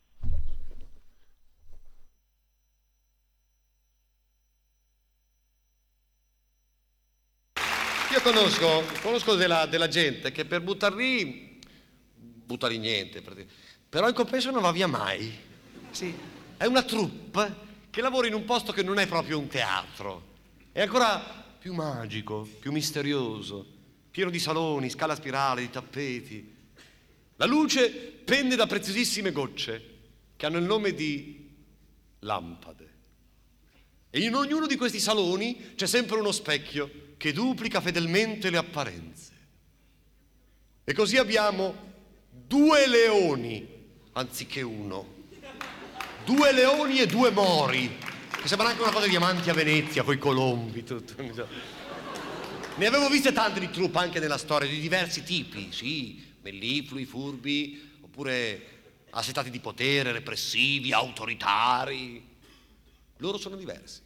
Io conosco, conosco della, della gente che per buttar lì, butta lì niente, però in compenso non va via mai. Sì, è una troupe che lavora in un posto che non è proprio un teatro, è ancora più magico, più misterioso, pieno di saloni, scala spirale, di tappeti. La luce pende da preziosissime gocce che hanno il nome di lampade. E in ognuno di questi saloni c'è sempre uno specchio che duplica fedelmente le apparenze. E così abbiamo due leoni anziché uno. Due leoni e due mori, che sembra anche una cosa di diamanti a Venezia, coi colombi, tutto. Ne avevo viste tante di troupe anche nella storia, di diversi tipi, sì, melliflui, furbi, oppure assetati di potere, repressivi, autoritari. Loro sono diversi.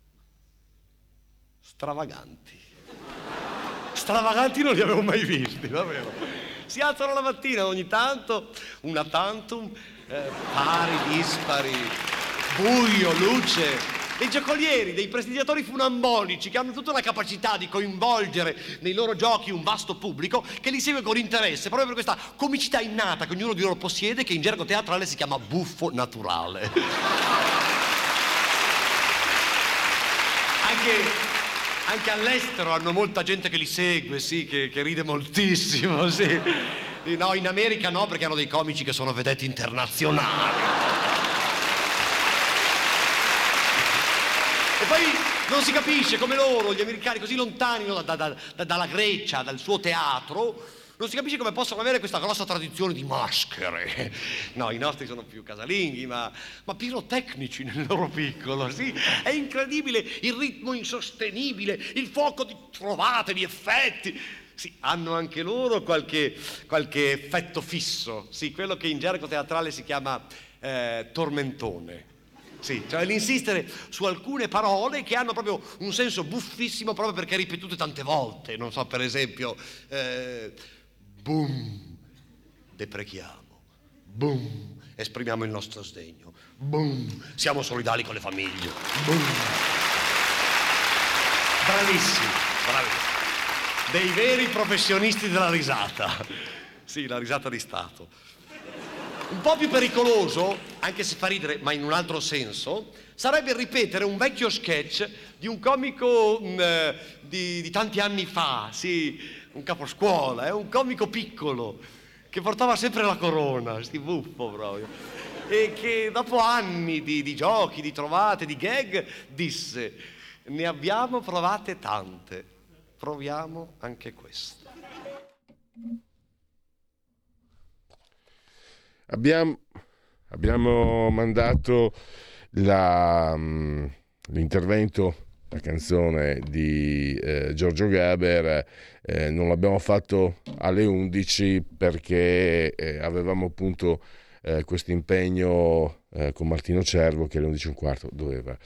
Stravaganti. Stravaganti non li avevo mai visti, davvero. Si alzano la mattina ogni tanto, una tantum, Eh, pari, dispari, buio, luce, dei giocolieri, dei prestigiatori funambolici che hanno tutta la capacità di coinvolgere nei loro giochi un vasto pubblico che li segue con interesse proprio per questa comicità innata che ognuno di loro possiede, che in gergo teatrale si chiama buffo naturale. Anche, anche all'estero hanno molta gente che li segue, sì, che, che ride moltissimo, sì. No, in America no, perché hanno dei comici che sono vedette internazionali. E poi non si capisce come loro, gli americani, così lontani no, da, da, da, dalla Grecia, dal suo teatro, non si capisce come possono avere questa grossa tradizione di maschere. No, i nostri sono più casalinghi, ma, ma pirotecnici nel loro piccolo, sì. È incredibile il ritmo insostenibile, il fuoco di trovate, di effetti. Sì, hanno anche loro qualche, qualche effetto fisso, sì, quello che in gergo teatrale si chiama eh, tormentone. Sì, cioè l'insistere su alcune parole che hanno proprio un senso buffissimo proprio perché ripetute tante volte. Non so, per esempio, eh, boom, deprechiamo, boom, esprimiamo il nostro sdegno, boom, siamo solidali con le famiglie, boom. Bravissimi, bravissimi. Dei veri professionisti della risata. Sì, la risata di Stato. Un po' più pericoloso, anche se fa ridere, ma in un altro senso, sarebbe ripetere un vecchio sketch di un comico mh, di, di tanti anni fa, sì, un caposcuola, è eh, un comico piccolo, che portava sempre la corona, sti buffo proprio. e che dopo anni di, di giochi, di trovate, di gag, disse: ne abbiamo provate tante, proviamo anche questa. Abbiamo, abbiamo mandato la, l'intervento, la canzone di eh, Giorgio Gaber, eh, non l'abbiamo fatto alle undici perché eh, avevamo appunto eh, questo impegno eh, con Martino Cervo che alle undici e un quarto doveva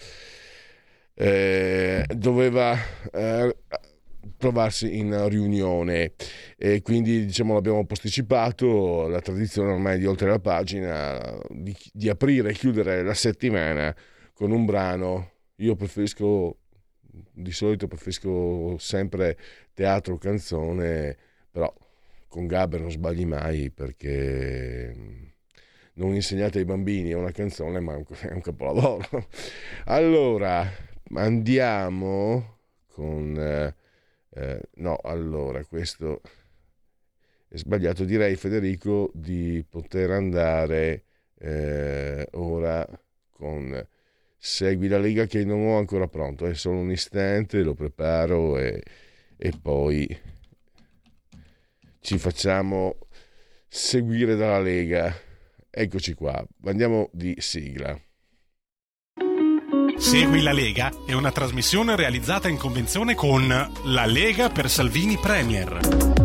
eh, doveva eh, trovarsi in riunione, e quindi diciamo l'abbiamo posticipato. La tradizione ormai di Oltre la Pagina di, di aprire e chiudere la settimana con un brano. Io preferisco, di solito preferisco sempre teatro o canzone, però con Gaber non sbagli mai, perché non insegnate ai bambini è una canzone ma è un capolavoro. Allora andiamo con eh, eh, no allora questo è sbagliato, direi, Federico, di poter andare eh, ora con Segui la Lega, che non ho ancora pronto, è solo un istante, lo preparo e, e poi ci facciamo seguire dalla Lega. Eccoci qua, andiamo di sigla. Segui la Lega è una trasmissione realizzata in convenzione con La Lega per Salvini Premier.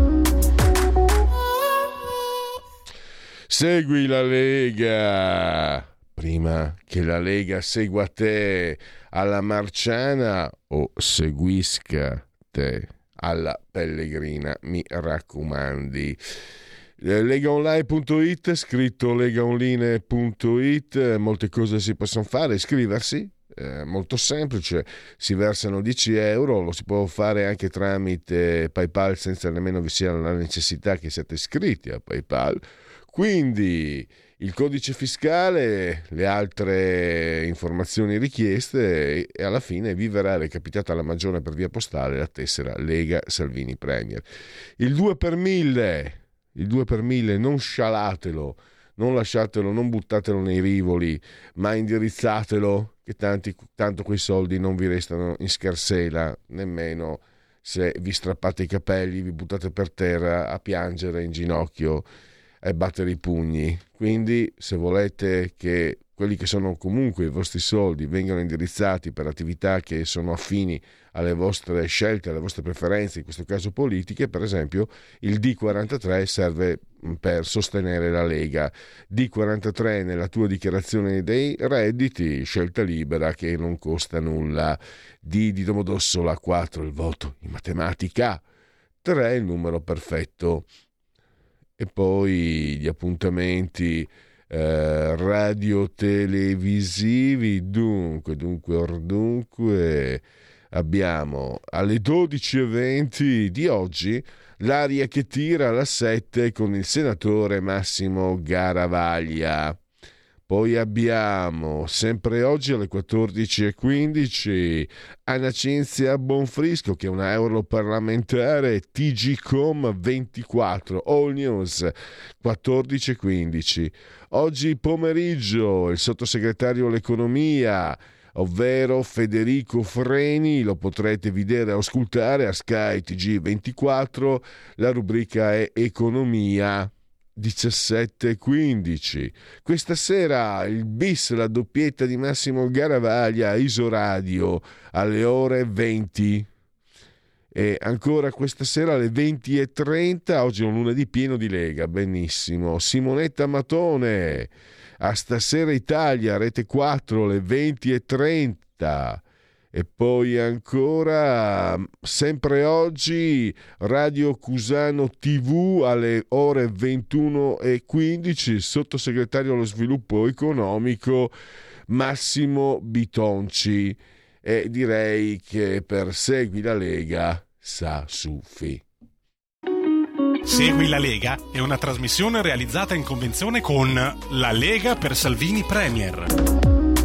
Segui la Lega. Prima che la Lega segua te alla Marciana o seguisca te alla Pellegrina, mi raccomandi. legaonline punto it, scritto legaonline punto it, molte cose si possono fare, iscriversi, eh, molto semplice, si versano dieci euro, lo si può fare anche tramite PayPal senza nemmeno vi sia la necessità che siate iscritti a PayPal, quindi il codice fiscale, le altre informazioni richieste e alla fine vi verrà recapitata alla Magione per via postale la tessera Lega Salvini Premier. Il due per mille, il due per mille non scialatelo, non lasciatelo, non buttatelo nei rivoli, ma indirizzatelo, che tanti, tanto quei soldi non vi restano in scarsela, nemmeno se vi strappate i capelli, vi buttate per terra a piangere in ginocchio e battere i pugni. Quindi se volete che quelli che sono comunque i vostri soldi vengano indirizzati per attività che sono affini alle vostre scelte, alle vostre preferenze, in questo caso politiche, per esempio il D quarantatré serve per sostenere la Lega. D quarantatré nella tua dichiarazione dei redditi, scelta libera che non costa nulla. D di Domodossola, quattro il voto in matematica, tre il numero perfetto. E poi gli appuntamenti eh, radio-televisivi, dunque, dunque, ordunque, abbiamo alle dodici e venti di oggi L'aria che tira alla sette con il senatore Massimo Garavaglia. Poi abbiamo, sempre oggi alle quattordici e quindici, Anna Cinzia Bonfrisco, che è una europarlamentare, T G Com ventiquattro, All News, quattordici e quindici. Oggi pomeriggio il sottosegretario all'economia, ovvero Federico Freni, lo potrete vedere e ascoltare a Sky T G ventiquattro, la rubrica è Economia. diciassette e quindici. Questa sera il bis, la doppietta di Massimo Garavaglia a Isoradio alle ore venti. E ancora questa sera alle venti e trenta, oggi è un lunedì pieno di Lega, benissimo, Simonetta Matone a Stasera Italia, Rete quattro, alle venti e trenta. E poi ancora, sempre oggi, Radio Cusano tivù alle ore ventuno e quindici, sottosegretario allo sviluppo economico Massimo Bitonci. E direi che per Segui la Lega sa suffi. Segui la Lega è una trasmissione realizzata in convenzione con La Lega per Salvini Premier.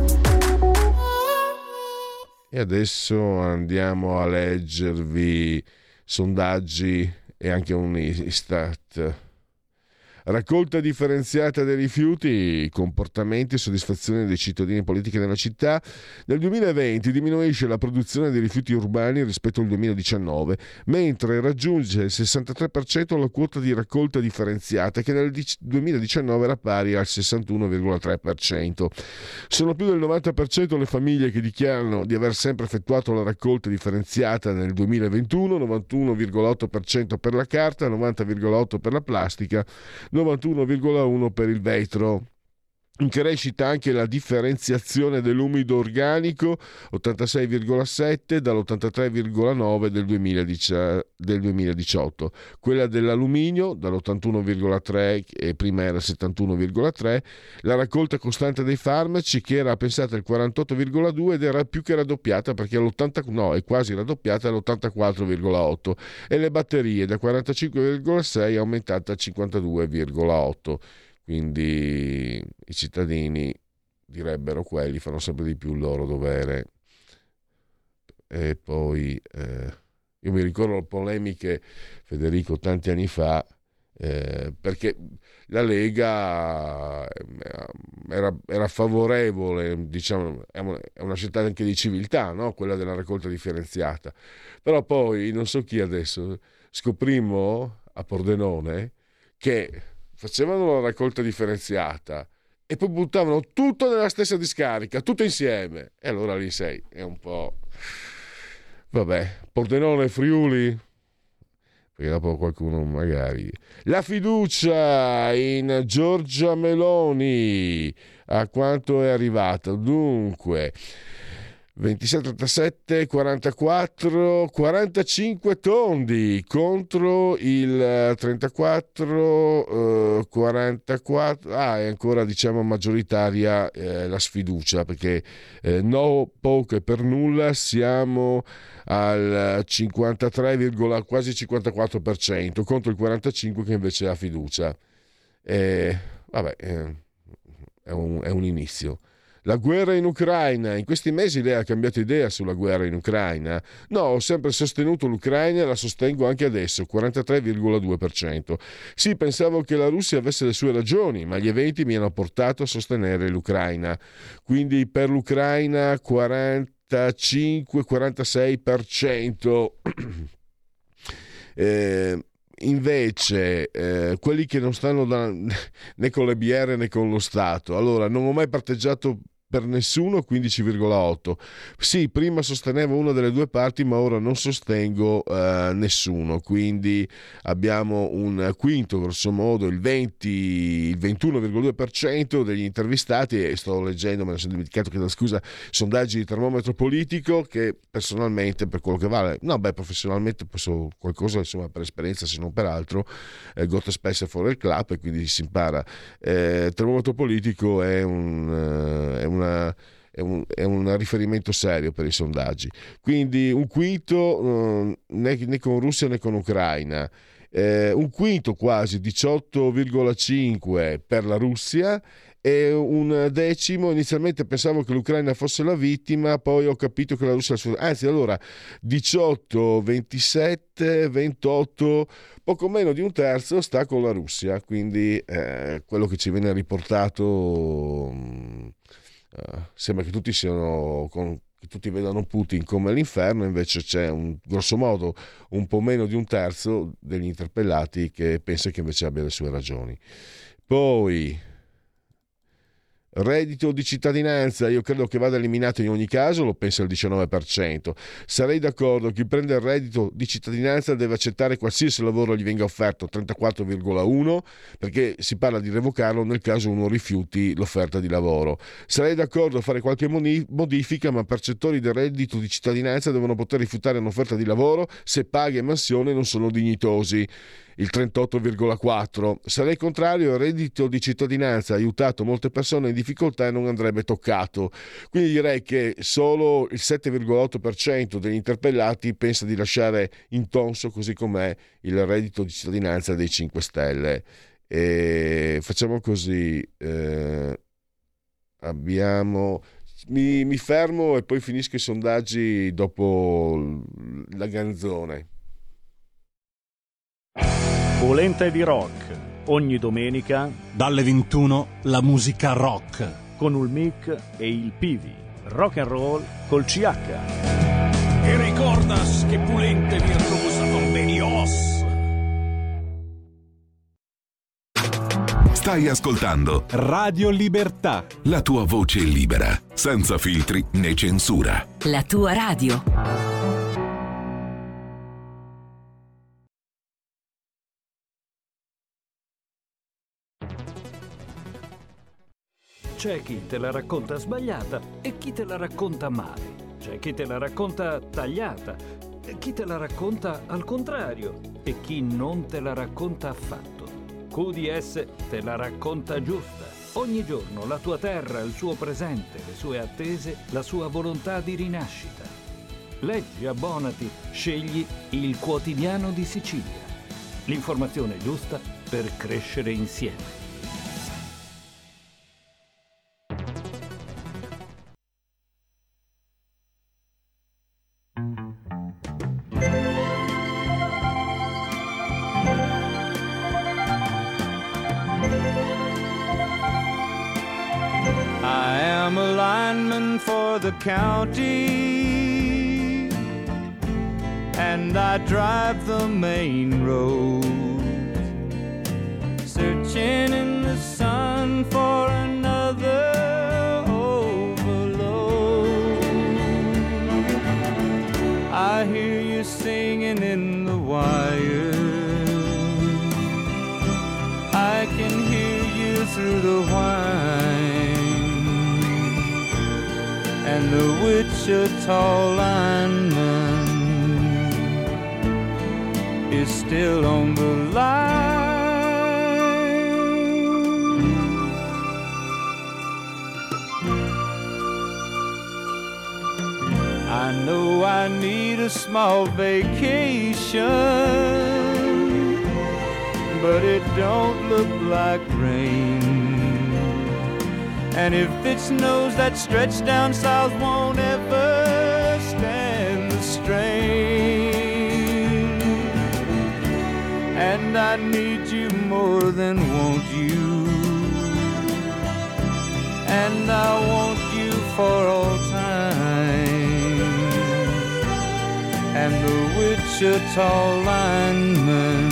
E adesso andiamo a leggervi sondaggi e anche un Istat. Raccolta differenziata dei rifiuti, comportamenti e soddisfazione dei cittadini e politiche nella città. Nel duemilaventi diminuisce la produzione di rifiuti urbani rispetto al duemiladiciannove, mentre raggiunge il sessantatré per cento la quota di raccolta differenziata, che nel duemiladiciannove era pari al sessantuno virgola tre per cento. Sono più del novanta per cento le famiglie che dichiarano di aver sempre effettuato la raccolta differenziata nel duemilaventuno, novantuno virgola otto per cento per la carta, novanta virgola otto per cento per la plastica, novantuno virgola uno per cento per il vetro. In crescita anche la differenziazione dell'umido organico, ottantasei virgola sette dall'ottantatré virgola nove del duemiladiciotto, quella dell'alluminio dall'ottantuno virgola tre e prima era settantuno virgola tre, la raccolta costante dei farmaci che era pensata al quarantotto virgola due ed era più che raddoppiata perché all'ottanta no, è quasi raddoppiata all'ottantaquattro virgola otto, e le batterie da quarantacinque virgola sei è aumentata a cinquantadue virgola otto. Quindi i cittadini, direbbero quelli, fanno sempre di più il loro dovere. E poi eh, io mi ricordo polemiche, Federico, tanti anni fa, eh, perché la Lega era, era favorevole, diciamo, è una, è una scelta anche di civiltà, no? Quella della raccolta differenziata. Però poi, non so chi adesso, scoprimmo a Pordenone che facevano la raccolta differenziata e poi buttavano tutto nella stessa discarica, tutto insieme. E allora lì sei, è un po'... Vabbè, Pordenone, Friuli, perché dopo qualcuno magari... La fiducia in Giorgia Meloni, a quanto è arrivata? Dunque... ventisei, trentasette, quarantaquattro, quarantacinque tondi contro il trentaquattro, eh, quarantaquattro. Ah, è ancora, diciamo, maggioritaria eh, la sfiducia, perché eh, no, poco e per nulla siamo al cinquantatré, quasi cinquantaquattro per cento contro il quarantacinque che invece ha fiducia. Eh, vabbè, eh, è, un, è un inizio. La guerra in Ucraina. In questi mesi lei ha cambiato idea sulla guerra in Ucraina? No, ho sempre sostenuto l'Ucraina e la sostengo anche adesso, quarantatré virgola due per cento. Sì, pensavo che la Russia avesse le sue ragioni, ma gli eventi mi hanno portato a sostenere l'Ucraina. Quindi per l'Ucraina quarantacinque quarantasei per cento. eh, Invece eh, quelli che non stanno da, né con le B R né con lo Stato, allora non ho mai parteggiato per nessuno, quindici virgola otto. Sì, prima sostenevo una delle due parti, ma ora non sostengo eh, nessuno, quindi abbiamo un quinto, grosso modo il venti, il ventuno virgola due per cento degli intervistati, e sto leggendo, me ne sono dimenticato, chiedo scusa, sondaggi di termometro politico, che personalmente, per quello che vale, no beh, professionalmente posso qualcosa, insomma, per esperienza se non per altro, eh, Gott spesso fuori il club e quindi si impara. Eh, termometro politico è un, eh, è un Una, è, un, è un riferimento serio per i sondaggi, quindi un quinto eh, né, né con Russia né con Ucraina, eh, un quinto quasi diciotto virgola cinque per la Russia e un decimo. Inizialmente pensavo che l'Ucraina fosse la vittima, poi ho capito che la Russia, anzi allora diciotto, ventisette, ventotto, poco meno di un terzo sta con la Russia, quindi eh, quello che ci viene riportato mh, Uh, sembra che tutti siano con, che tutti vedano Putin come l'inferno, invece c'è un grosso modo un po' meno di un terzo degli interpellati che pensa che invece abbia le sue ragioni. Poi reddito di cittadinanza, io credo che vada eliminato in ogni caso, lo pensa il diciannove per cento. Sarei d'accordo, chi prende il reddito di cittadinanza deve accettare qualsiasi lavoro gli venga offerto, trentaquattro virgola uno, perché si parla di revocarlo nel caso uno rifiuti l'offerta di lavoro. Sarei d'accordo a fare qualche modifica, ma percettori del reddito di cittadinanza devono poter rifiutare un'offerta di lavoro se paga e mansione non sono dignitosi, il trentotto virgola quattro. Sarei contrario, il reddito di cittadinanza ha aiutato molte persone in difficoltà e non andrebbe toccato. Quindi direi che solo il sette virgola otto per cento degli interpellati pensa di lasciare intonso così com'è il reddito di cittadinanza dei cinque Stelle. E facciamo così, eh, abbiamo... Mi, mi fermo e poi finisco i sondaggi dopo la canzone. Polenta di rock, Ogni domenica dalle ventuno la musica rock con il Mic e il Pivi. Rock and roll col C H. E ricordas che pulente virtuosa convenios. Stai ascoltando Radio Libertà, la tua voce libera, senza filtri né censura. La tua radio. C'è chi te la racconta sbagliata e chi te la racconta male. C'è chi te la racconta tagliata e chi te la racconta al contrario e chi non te la racconta affatto. Q D S te la racconta giusta. Ogni giorno la tua terra, il suo presente, le sue attese, la sua volontà di rinascita. Leggi, abbonati, scegli il Quotidiano di Sicilia. L'informazione giusta per crescere insieme. For the county, and I drive the main road, searching in the sun for another overload. I hear you singing in the wire, I can hear you through the whine, and the Wichita lineman is still on the line. I know I need a small vacation, but it don't look like rain. And if it snows, that stretch down south won't ever stand the strain. And I need you more than want you, and I want you for all time. And the Wichita lineman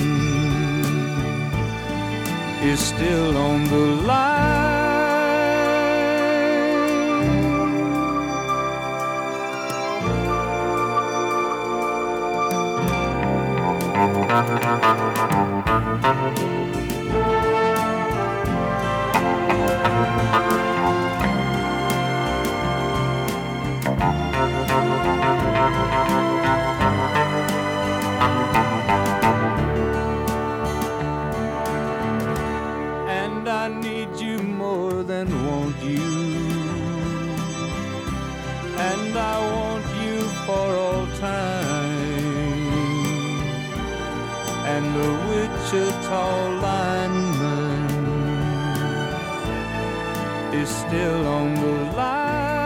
is still on the line. And I need you more than want you, and I want you for all time. And the Wichita lineman is still on the line.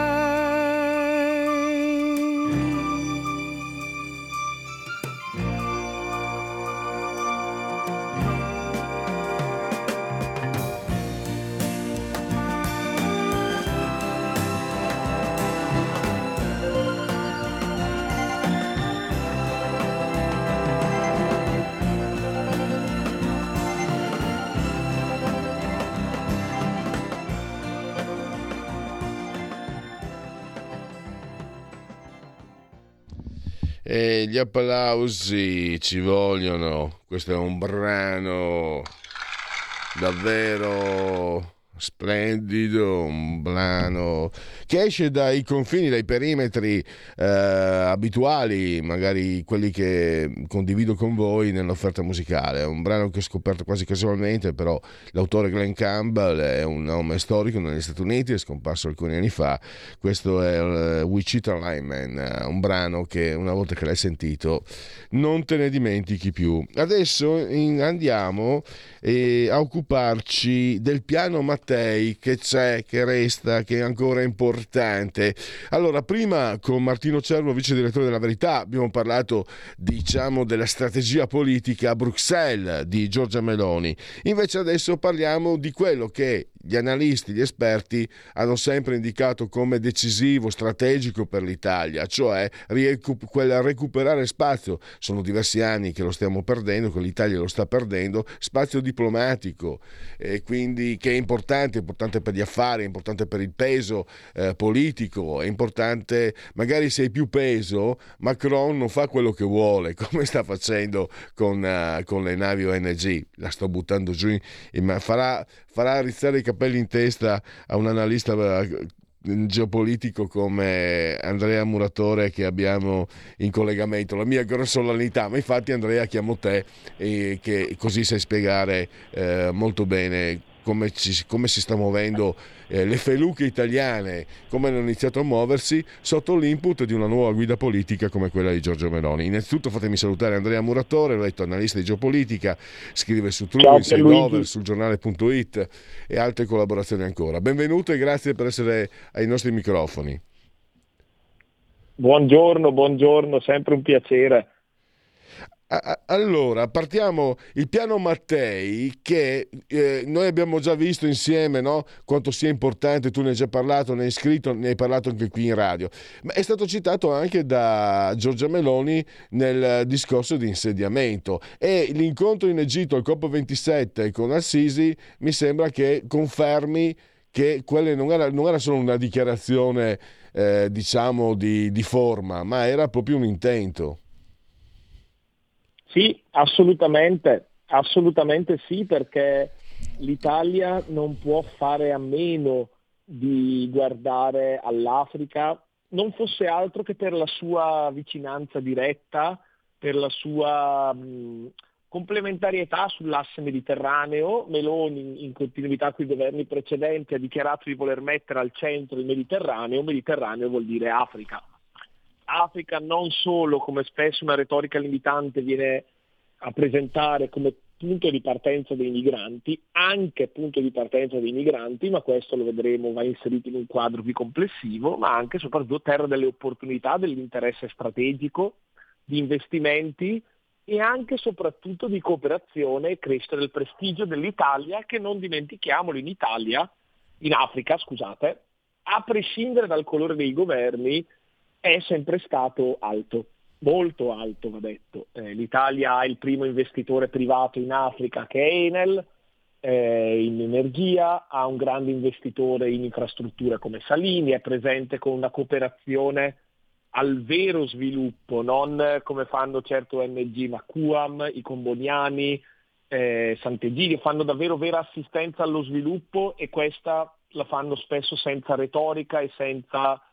E gli applausi ci vogliono. Questo è un brano davvero splendido, un brano che esce dai confini, dai perimetri eh, abituali, magari quelli che condivido con voi nell'offerta musicale. È un brano che ho scoperto quasi casualmente, però l'autore Glenn Campbell è un nome storico negli Stati Uniti, è scomparso alcuni anni fa. Questo è il Wichita Lineman, un brano che una volta che l'hai sentito non te ne dimentichi più. Adesso in, andiamo eh, a occuparci del piano matematico Mattei, che c'è, che resta, che è ancora importante. Allora, prima con Martino Cervo, vice direttore della Verità, abbiamo parlato, diciamo, della strategia politica a Bruxelles di Giorgia Meloni. Invece adesso parliamo di quello che gli analisti, gli esperti hanno sempre indicato come decisivo, strategico per l'Italia, cioè recu- quella recuperare spazio. Sono diversi anni che lo stiamo perdendo, che l'Italia lo sta perdendo, spazio diplomatico, e quindi che è importante, è importante per gli affari, è importante per il peso eh, politico, è importante, magari se hai più peso, Macron non fa quello che vuole, come sta facendo con, uh, con le navi O N G, la sto buttando giù, in, ma farà, farà rizzare i capelli in testa a un analista uh, geopolitico come Andrea Muratore che abbiamo in collegamento, la mia grossolanità, ma infatti Andrea chiamo te e che così sai spiegare eh, molto bene come, ci, come si sta muovendo eh, le feluche italiane, come hanno iniziato a muoversi sotto l'input di una nuova guida politica come quella di Giorgia Meloni. Innanzitutto fatemi salutare Andrea Muratore, l'ho detto, analista di geopolitica, scrive su True, Inside Over, sul giornale punto it e altre collaborazioni ancora. Benvenuto e grazie per essere ai nostri microfoni. Buongiorno, buongiorno, sempre un piacere. Allora, partiamo il piano Mattei che eh, noi abbiamo già visto insieme, no? Quanto sia importante, tu ne hai già parlato, ne hai scritto, ne hai parlato anche qui in radio, ma è stato citato anche da Giorgia Meloni nel discorso di insediamento, e l'incontro in Egitto al COP ventisette con Al-Sisi mi sembra che confermi che quelle non era, non era solo una dichiarazione eh, diciamo di, di forma, ma era proprio un intento. Sì, assolutamente, assolutamente sì, perché l'Italia non può fare a meno di guardare all'Africa, non fosse altro che per la sua vicinanza diretta, per la sua mh, complementarietà sull'asse mediterraneo. Meloni, in continuità con i governi precedenti, ha dichiarato di voler mettere al centro il Mediterraneo. Mediterraneo vuol dire Africa. Africa non solo, come spesso una retorica limitante viene a presentare, come punto di partenza dei migranti, anche punto di partenza dei migranti, ma questo lo vedremo, va inserito in un quadro più complessivo, ma anche soprattutto terra delle opportunità, dell'interesse strategico, di investimenti e anche soprattutto di cooperazione e crescita del prestigio dell'Italia, che non dimentichiamolo, in Italia, in Africa, scusate, a prescindere dal colore dei governi, è sempre stato alto, molto alto va detto. Eh, L'Italia ha il primo investitore privato in Africa che è Enel, eh, in energia, ha un grande investitore in infrastrutture come Salini, è presente con una cooperazione al vero sviluppo, non come fanno certo O N G, ma Q A M, i Comboniani, eh, Sant'Egidio, fanno davvero vera assistenza allo sviluppo, e questa la fanno spesso senza retorica e senza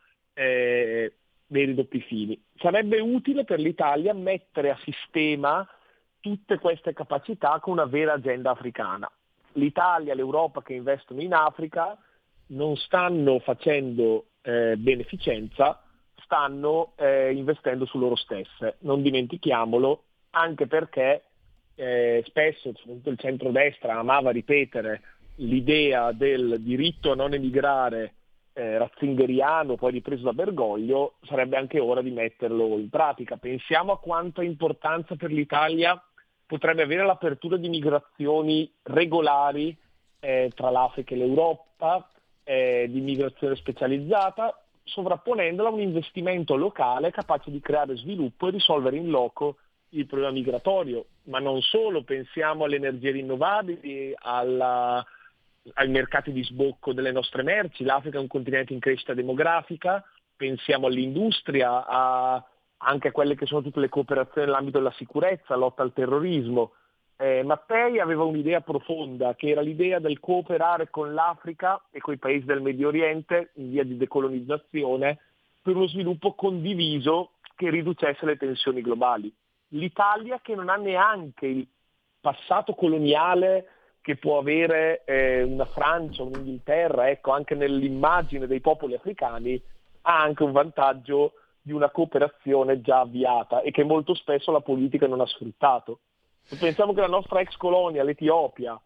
eh, veri doppi fini. Sarebbe utile per l'Italia mettere a sistema tutte queste capacità con una vera agenda africana. L'Italia, l'Europa che investono in Africa non stanno facendo eh, beneficenza, stanno eh, investendo su loro stesse. Non dimentichiamolo, anche perché eh, spesso soprattutto il centrodestra amava ripetere l'idea del diritto a non emigrare eh, ratzingeriano, poi ripreso da Bergoglio. Sarebbe anche ora di metterlo in pratica. Pensiamo a quanta importanza per l'Italia potrebbe avere l'apertura di migrazioni regolari eh, tra l'Africa e l'Europa, eh, di migrazione specializzata, sovrapponendola a un investimento locale capace di creare sviluppo e risolvere in loco il problema migratorio. Ma non solo, pensiamo alle energie rinnovabili, alla, ai mercati di sbocco delle nostre merci. L'Africa è un continente in crescita demografica, pensiamo all'industria, a anche a quelle che sono tutte le cooperazioni nell'ambito della sicurezza, lotta al terrorismo. Eh, Mattei aveva un'idea profonda, che era l'idea del cooperare con l'Africa e con i paesi del Medio Oriente in via di decolonizzazione per uno sviluppo condiviso che riducesse le tensioni globali. L'Italia, che non ha neanche il passato coloniale che può avere eh, una Francia, un'Inghilterra, ecco, anche nell'immagine dei popoli africani, ha anche un vantaggio di una cooperazione già avviata e che molto spesso la politica non ha sfruttato. Pensiamo che la nostra ex colonia, l'Etiopia,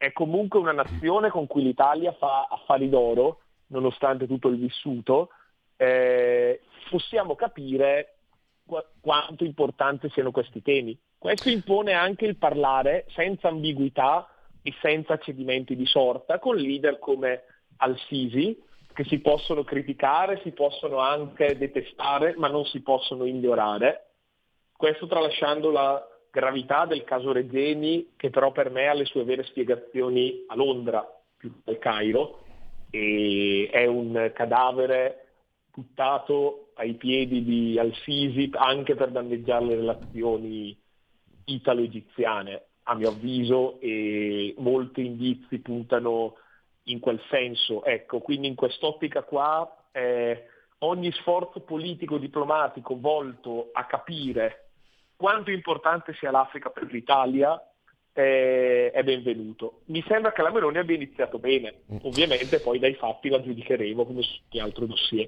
è comunque una nazione con cui l'Italia fa affari d'oro, nonostante tutto il vissuto, eh, possiamo capire qu- quanto importanti siano questi temi. Questo impone anche il parlare senza ambiguità e senza cedimenti di sorta, con leader come Al-Sisi, che si possono criticare, si possono anche detestare, ma non si possono ignorare. Questo tralasciando la gravità del caso Regeni, che però per me ha le sue vere spiegazioni a Londra, più che al Cairo, e è un cadavere buttato ai piedi di Al-Sisi anche per danneggiare le relazioni italo-egiziane, a mio avviso, e molti indizi puntano in quel senso. Ecco, quindi in quest'ottica qua eh, ogni sforzo politico diplomatico volto a capire quanto importante sia l'Africa per l'Italia eh, è benvenuto. Mi sembra che la Meloni abbia iniziato bene, ovviamente poi dai fatti la giudicheremo come su ogni altro dossier.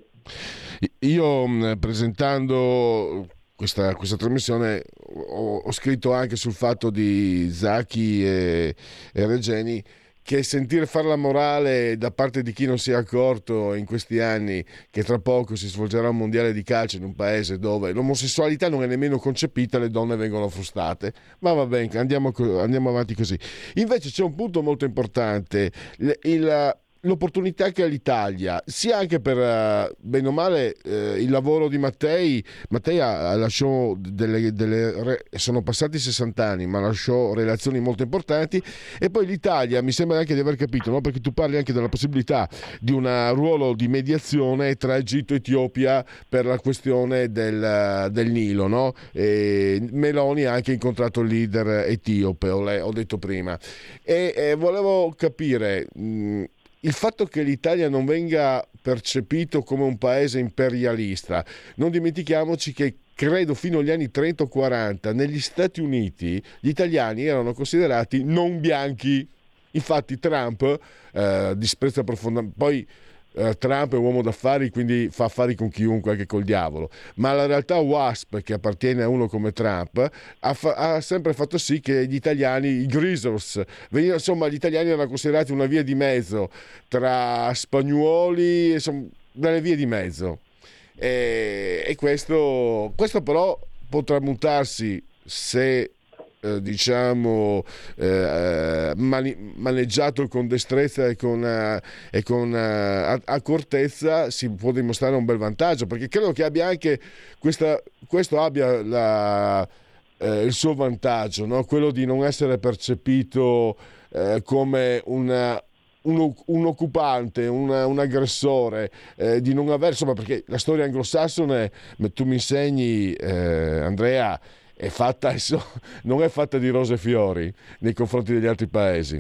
Io presentando questa, questa trasmissione ho, ho scritto anche sul fatto di Zaki e, e Regeni, che sentire fare la morale da parte di chi non si è accorto in questi anni che tra poco si svolgerà un mondiale di calcio in un paese dove l'omosessualità non è nemmeno concepita, le donne vengono frustate. Ma va bene, andiamo, andiamo avanti così. Invece c'è un punto molto importante, il, il l'opportunità che ha l'Italia, sia anche per uh, bene o male uh, il lavoro di Mattei. Mattei ha, lasciò delle, delle re, sono passati sessanta anni, ma lasciò relazioni molto importanti, e poi l'Italia mi sembra anche di aver capito, no? Perché tu parli anche della possibilità di un ruolo di mediazione tra Egitto e Etiopia per la questione del, del Nilo, no? E Meloni ha anche incontrato il leader etiope, ho, ho detto prima, e, e volevo capire mh, il fatto che l'Italia non venga percepito come un paese imperialista. Non dimentichiamoci che credo fino agli anni trenta o quaranta negli Stati Uniti gli italiani erano considerati non bianchi. Infatti Trump eh, disprezza profondamente, poi eh, Trump è un uomo d'affari, quindi fa affari con chiunque, anche col diavolo, ma la realtà W A S P, che appartiene a uno come Trump, ha, fa- ha sempre fatto sì che gli italiani, i Grizzles, venivano, insomma gli italiani erano considerati una via di mezzo tra spagnuoli, insomma delle vie di mezzo, e, e questo, questo però potrà mutarsi se Eh, diciamo eh, mani- maneggiato con destrezza e con, uh, e con uh, accortezza. Si può dimostrare un bel vantaggio, perché credo che abbia anche questa, questo abbia la, eh, il suo vantaggio, no? Quello di non essere percepito eh, come una Un, un occupante, un, un aggressore, eh, di non aver, insomma, perché la storia anglosassone, tu mi insegni, eh, Andrea, è fatta, non è fatta di rose e fiori nei confronti degli altri paesi.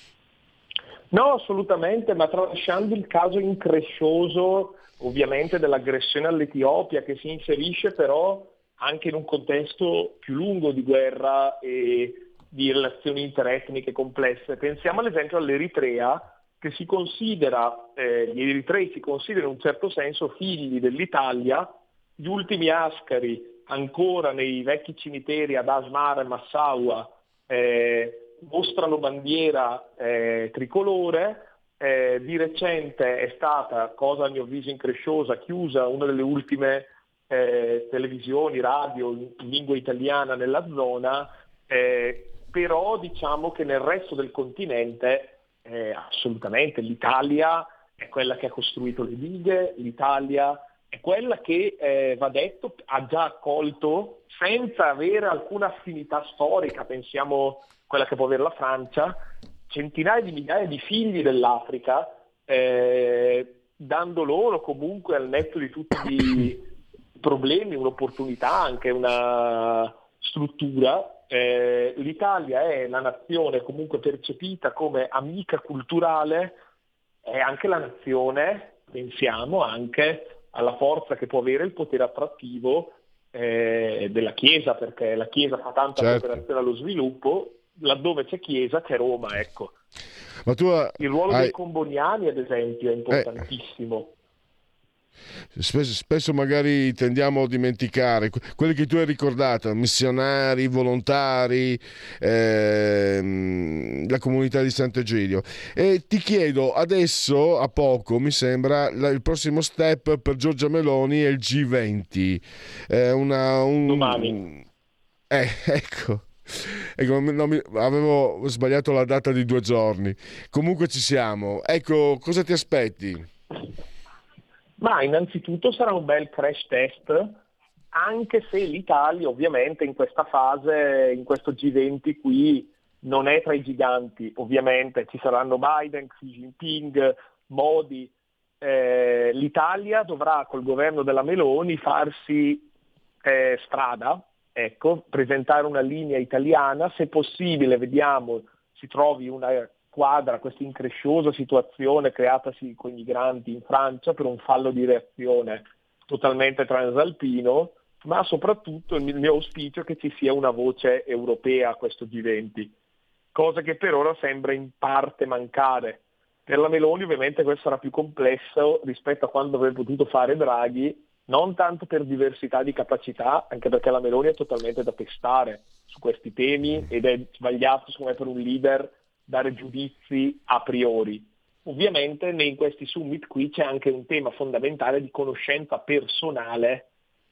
No, assolutamente, ma tralasciando il caso increscioso ovviamente dell'aggressione all'Etiopia, che si inserisce però anche in un contesto più lungo di guerra e di relazioni interetniche complesse. Pensiamo ad esempio all'Eritrea, che si considera, eh, gli eritrei si considerano in un certo senso figli dell'Italia. Gli ultimi ascari ancora nei vecchi cimiteri ad Asmara e Massaua eh, mostrano bandiera eh, tricolore. Eh, di recente è stata, cosa a mio avviso incresciosa, chiusa una delle ultime eh, televisioni, radio in, in lingua italiana nella zona, eh, però diciamo che nel resto del continente eh, assolutamente l'Italia è quella che ha costruito le dighe, l'Italia è quella che, eh, va detto, ha già accolto, senza avere alcuna affinità storica, pensiamo a quella che può avere la Francia, centinaia di migliaia di figli dell'Africa, eh, dando loro comunque, al netto di tutti i problemi, un'opportunità, anche una struttura. Eh, L'Italia è la nazione comunque percepita come amica culturale, è anche la nazione, pensiamo anche alla forza che può avere il potere attrattivo eh, della Chiesa, perché la Chiesa fa tanta certo. cooperazione allo sviluppo, laddove c'è Chiesa c'è Roma, ecco. Ma tu il ruolo hai... dei comboniani, ad esempio, è importantissimo. Spesso, spesso magari tendiamo a dimenticare quelli che tu hai ricordato, missionari, volontari, ehm, la comunità di Sant'Egidio. E ti chiedo adesso, a poco mi sembra, la, il prossimo step per Giorgia Meloni è il G venti. È una, un, domani. Eh, ecco. Ecco, no, mi, avevo sbagliato la data di due giorni. Comunque ci siamo. Ecco, cosa ti aspetti? Ma innanzitutto sarà un bel crash test, anche se l'Italia ovviamente in questa fase, in questo G venti qui, non è tra i giganti. Ovviamente ci saranno Biden, Xi Jinping, Modi. Eh, L'Italia dovrà col governo della Meloni farsi eh, strada, ecco, presentare una linea italiana, se possibile vediamo si trovi una quadra questa incresciosa situazione creatasi con i migranti in Francia per un fallo di reazione totalmente transalpino, ma soprattutto il mio auspicio è che ci sia una voce europea a questo G venti, cosa che per ora sembra in parte mancare. Per la Meloni ovviamente questo sarà più complesso rispetto a quando avrebbe potuto fare Draghi, non tanto per diversità di capacità, anche perché la Meloni è totalmente da pestare su questi temi ed è sbagliato secondo me per un leader dare giudizi a priori. Ovviamente in questi summit qui c'è anche un tema fondamentale di conoscenza personale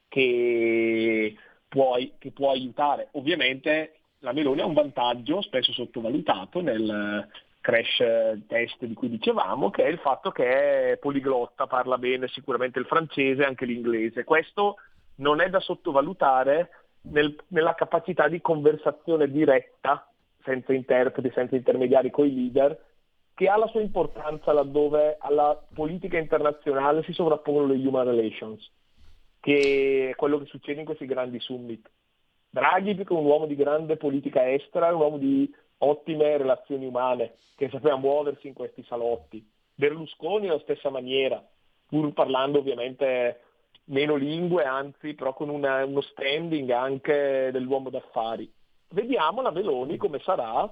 che può, che può aiutare. Ovviamente la Meloni ha un vantaggio spesso sottovalutato nel crash test di cui dicevamo, che è il fatto che è poliglotta, parla bene sicuramente il francese e anche l'inglese. Questo non è da sottovalutare nel, nella capacità di conversazione diretta, senza interpreti, senza intermediari con i leader, che ha la sua importanza laddove alla politica internazionale si sovrappongono le human relations, che è quello che succede in questi grandi summit. Draghi, più che un uomo di grande politica estera, è un uomo di ottime relazioni umane, che sapeva muoversi in questi salotti. Berlusconi alla stessa maniera, pur parlando ovviamente meno lingue, anzi però con una, uno standing anche dell'uomo d'affari. Vediamo la Meloni come sarà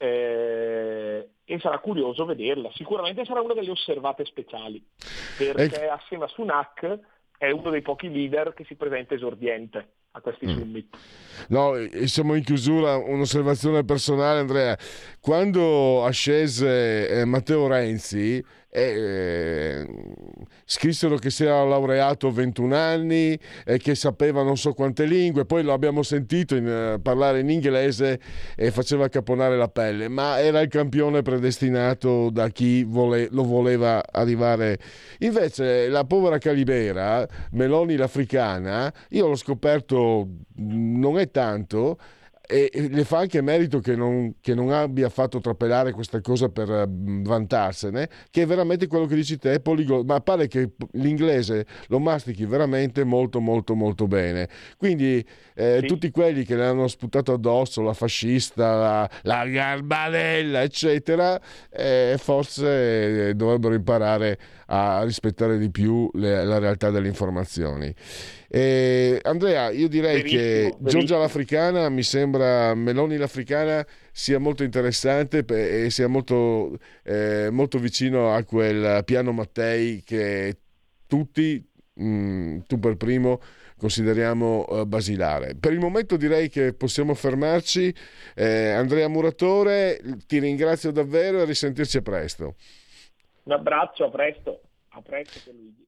eh, e sarà curioso vederla. Sicuramente sarà una delle osservate speciali, perché ecco, assieme a Sunak è uno dei pochi leader che si presenta esordiente a questi mm. summit. No, siamo in chiusura, un'osservazione personale, Andrea. Quando ascese eh, Matteo Renzi, eh, scrissero che si era laureato a ventuno anni e che sapeva non so quante lingue, poi lo abbiamo sentito in, uh, parlare in inglese e faceva caponare la pelle, ma era il campione predestinato da chi vole- lo voleva arrivare. Invece la povera Calibera, Meloni l'africana, io l'ho scoperto non è tanto, e le fa anche merito che non, che non abbia fatto trapelare questa cosa per vantarsene, che è veramente quello che dici te, poliglota, ma pare che l'inglese lo mastichi veramente molto molto molto bene. Quindi eh, sì. tutti quelli che le hanno sputato addosso, la fascista, la, la garbarella eccetera, eh, forse dovrebbero imparare a rispettare di più le, la realtà delle informazioni. Eh, Andrea, io direi verissimo, che verissimo. Giorgia l'Africana mi sembra, Meloni l'Africana sia molto interessante e sia molto, eh, molto vicino a quel piano Mattei che tutti, mh, tu per primo, consideriamo uh, basilare. Per il momento direi che possiamo fermarci. eh, Andrea Muratore, ti ringrazio davvero e a risentirci presto. Un abbraccio, a presto. A presto, Luigi.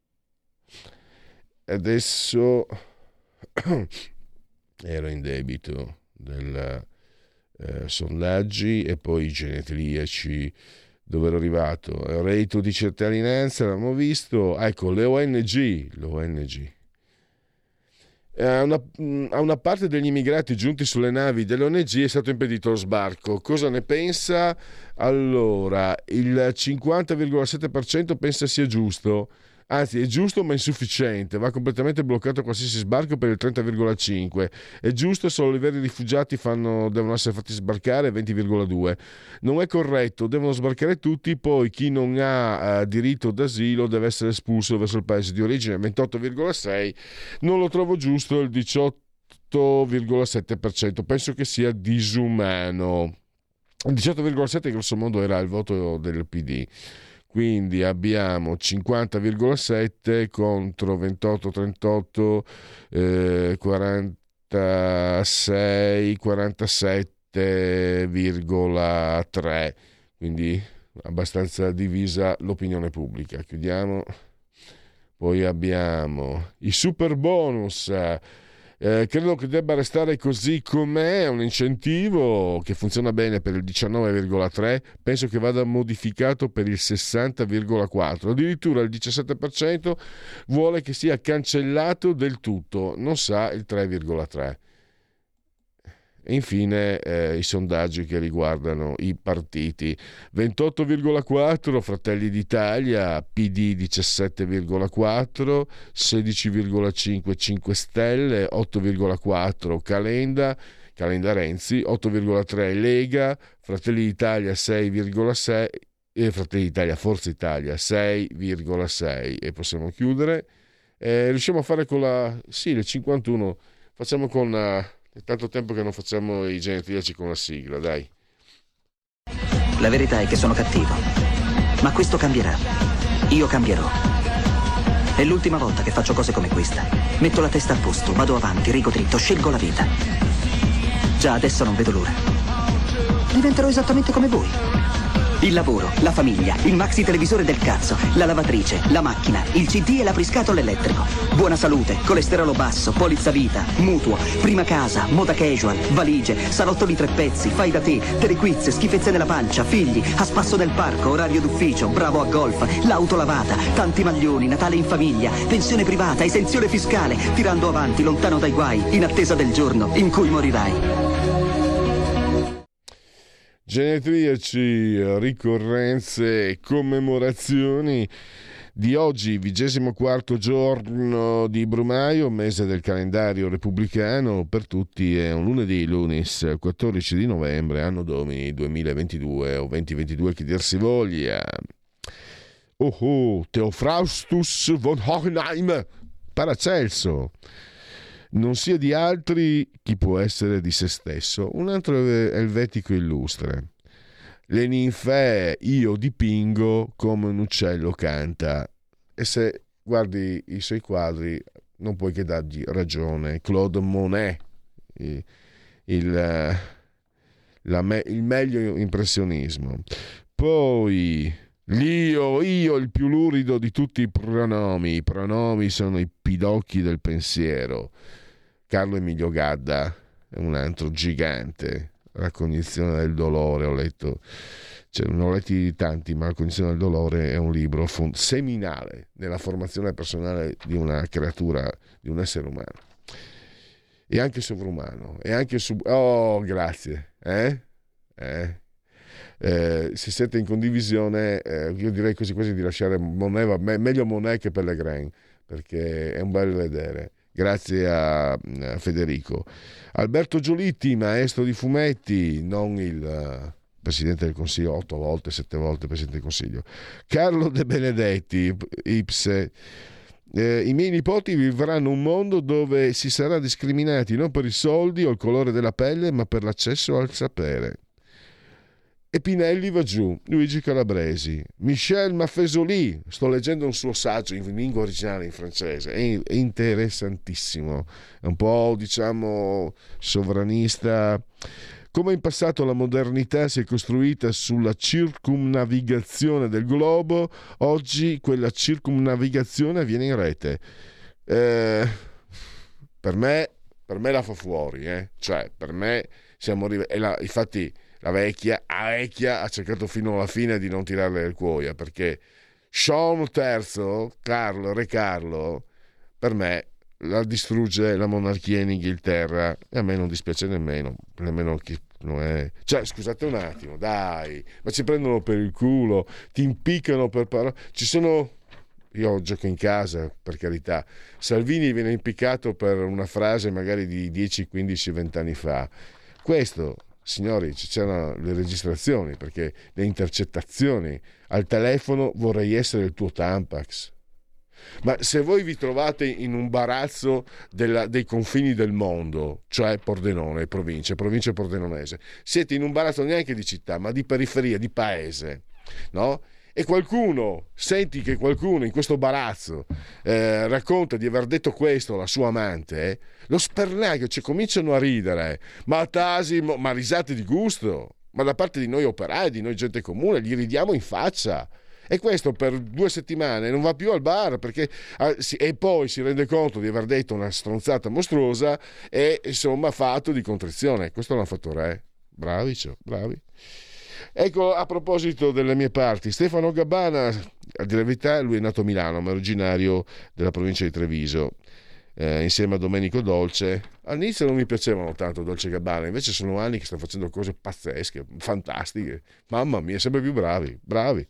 Adesso ero in debito del eh, sondaggi e poi i genetriaci, dove ero arrivato. Il reddito di cittadinanza l'abbiamo visto, ecco, le O N G, l'O N G. A una, a una parte degli immigrati giunti sulle navi dell'O N G è stato impedito lo sbarco. Cosa ne pensa? Allora, il cinquanta virgola sette per cento pensa sia giusto, anzi è giusto ma insufficiente, va completamente bloccato qualsiasi sbarco per il trenta virgola cinque per cento, è giusto solo i veri rifugiati fanno, devono essere fatti sbarcare, venti virgola due per cento, non è corretto, devono sbarcare tutti, poi chi non ha uh, diritto d'asilo deve essere espulso verso il paese di origine, ventotto virgola sei per cento, non lo trovo giusto il diciotto virgola sette per cento, penso che sia disumano. Il diciotto virgola sette per cento grosso modo era il voto del P D. quindi abbiamo cinquanta virgola sette contro ventotto virgola trentotto, eh, quarantasei quarantasette virgola tre, quindi abbastanza divisa l'opinione pubblica. Chiudiamo. Poi abbiamo i super bonus. Eh, credo che debba restare così com'è, è un incentivo che funziona bene per il diciannove virgola tre, penso che vada modificato per il sessanta virgola quattro, addirittura il diciassette per cento vuole che sia cancellato del tutto, non sa il tre virgola tre. E infine eh, i sondaggi che riguardano i partiti: ventotto virgola quattro Fratelli d'Italia, P D diciassette virgola quattro, sedici virgola cinque cinque Stelle, otto virgola quattro Calenda, Calenda Renzi, otto virgola tre Lega, Fratelli d'Italia sei virgola sei e Fratelli d'Italia Forza Italia sei virgola sei. E possiamo chiudere. Eh, riusciamo a fare con la sì le cinquantuno, facciamo con uh, è tanto tempo che non facciamo i genetriaci con la sigla, dai. La verità è che sono cattivo, ma questo cambierà. Io cambierò. È l'ultima volta che faccio cose come questa. Metto la testa a posto, vado avanti, rigo dritto, scelgo la vita. Già adesso non vedo l'ora. Diventerò esattamente come voi. Il lavoro, la famiglia, il maxi televisore del cazzo, la lavatrice, la macchina, il C D e l'apriscatole elettrico. Buona salute, colesterolo basso, polizza vita, mutuo, prima casa, moda casual, valigie, salotto di tre pezzi, fai da te, telequiz, schifezze nella pancia, figli, a spasso nel parco, orario d'ufficio, bravo a golf, l'auto lavata, tanti maglioni, Natale in famiglia, pensione privata, esenzione fiscale, tirando avanti, lontano dai guai, in attesa del giorno in cui morirai. Genetriaci, ricorrenze e commemorazioni di oggi, vigesimo quarto giorno di Brumaio, mese del calendario repubblicano. Per tutti è un lunedì, lunis quattordici di novembre, anno domini duemilaventidue o duemilaventidue, che dir si voglia. Oh oh, Theophrastus von Hohenheim, Paracelso. Non sia di altri chi può essere di se stesso. Un altro elvetico illustre. Le ninfee io dipingo come un uccello canta. E se guardi i suoi quadri non puoi che dargli ragione. Claude Monet, il, il, la, il meglio impressionismo. Poi l'io, io il più lurido di tutti i pronomi. I pronomi sono i pidocchi del pensiero. Carlo Emilio Gadda è un altro gigante. La cognizione del dolore, ho letto, cioè, non ho letti tanti, ma La cognizione del dolore è un libro fond- seminale nella formazione personale di una creatura, di un essere umano, e anche sovrumano, e anche sub- oh grazie eh? Eh? Eh, se siete in condivisione, eh, io direi quasi quasi di lasciare Monet, va, me- meglio Monet che Pellegrin, perché è un bel vedere. Grazie a Federico. Alberto Giolitti, maestro di fumetti, non il uh, Presidente del Consiglio, otto volte, sette volte Presidente del Consiglio. Carlo De Benedetti, Ipse. Eh, I miei nipoti vivranno un mondo dove si sarà discriminati non per i soldi o il colore della pelle, ma per l'accesso al sapere. E Pinelli va giù, Luigi Calabresi, Michel Maffesoli, sto leggendo un suo saggio in lingua originale in francese, è, è interessantissimo, è un po' diciamo sovranista. Come in passato la modernità si è costruita sulla circumnavigazione del globo, oggi quella circumnavigazione avviene in rete. Eh, per me, per me la fa fuori, eh? Cioè per me siamo arrivati, infatti la vecchia, la vecchia ha cercato fino alla fine di non tirarle il cuoia, perché Sean terzo, Carlo, Re Carlo, per me la distrugge la monarchia in Inghilterra, e a me non dispiace nemmeno, nemmeno chi non è. Cioè, scusate un attimo, dai, ma ci prendono per il culo, ti impiccano per parole. Ci sono. Io gioco in casa, per carità. Salvini viene impiccato per una frase magari di dieci, quindici, venti anni fa. Questo. Signori, c'erano le registrazioni, perché le intercettazioni al telefono, vorrei essere il tuo Tampax. Ma se voi vi trovate in un barazzo della, dei confini del mondo, cioè Pordenone, provincia, provincia pordenonese, siete in un barazzo neanche di città, ma di periferia, di paese, no? e qualcuno, senti che qualcuno in questo barazzo eh, racconta di aver detto questo alla sua amante, eh, lo spernaglio, cioè cominciano a ridere, ma tasi, ma risate di gusto, ma da parte di noi operai, di noi gente comune, gli ridiamo in faccia. E questo per due settimane non va più al bar perché ah, si, e poi si rende conto di aver detto una stronzata mostruosa e insomma fatto di contrizione. Questo l'hanno fatto re. Bravi, cioè, bravi. Ecco, a proposito delle mie parti, Stefano Gabbana, a dire la verità, lui è nato a Milano, ma è originario della provincia di Treviso, eh, insieme a Domenico Dolce. All'inizio non mi piacevano tanto Dolce e Gabbana, invece sono anni che stanno facendo cose pazzesche, fantastiche. Mamma mia, sempre più bravi, bravi.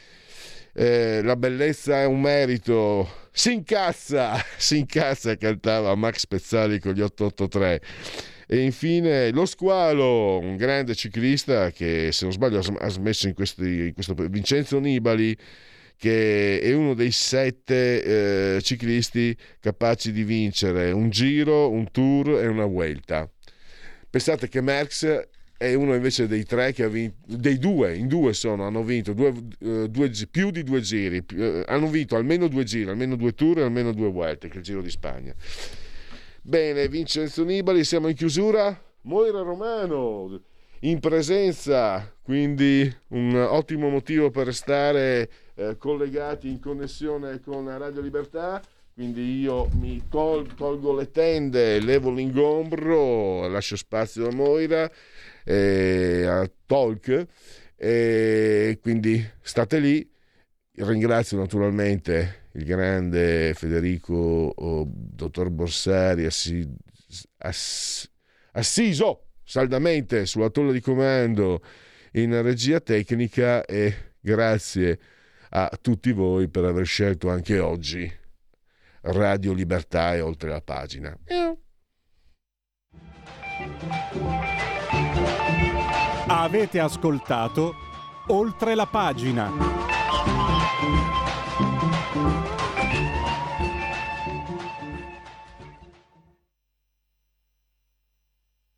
Eh, la bellezza è un merito. Si incazza, si incazza, cantava Max Pezzali con gli otto otto tre. E infine lo Squalo, un grande ciclista che se non sbaglio ha smesso in, questi, in questo Vincenzo Nibali, che è uno dei sette eh, ciclisti capaci di vincere un Giro, un Tour e una Vuelta. Pensate che Merckx è uno invece dei tre che ha vinto, dei due, in due sono, hanno vinto due, uh, due, più di due giri, più, uh, hanno vinto almeno due giri, almeno due Tour e almeno due Vuelte, che è il Giro di Spagna. Bene, Vincenzo Nibali, siamo in chiusura. Moira Romano in presenza, quindi un ottimo motivo per stare eh, collegati in connessione con Radio Libertà. Quindi io mi tol- tolgo le tende, levo l'ingombro, lascio spazio a Moira, eh, a Talk, e quindi state lì. Ringrazio naturalmente il grande Federico oh, dottor Borsari assi, ass, assiso saldamente sulla tolla di comando in regia tecnica, e grazie a tutti voi per aver scelto anche oggi Radio Libertà e Oltre la Pagina. Avete ascoltato Oltre la Pagina.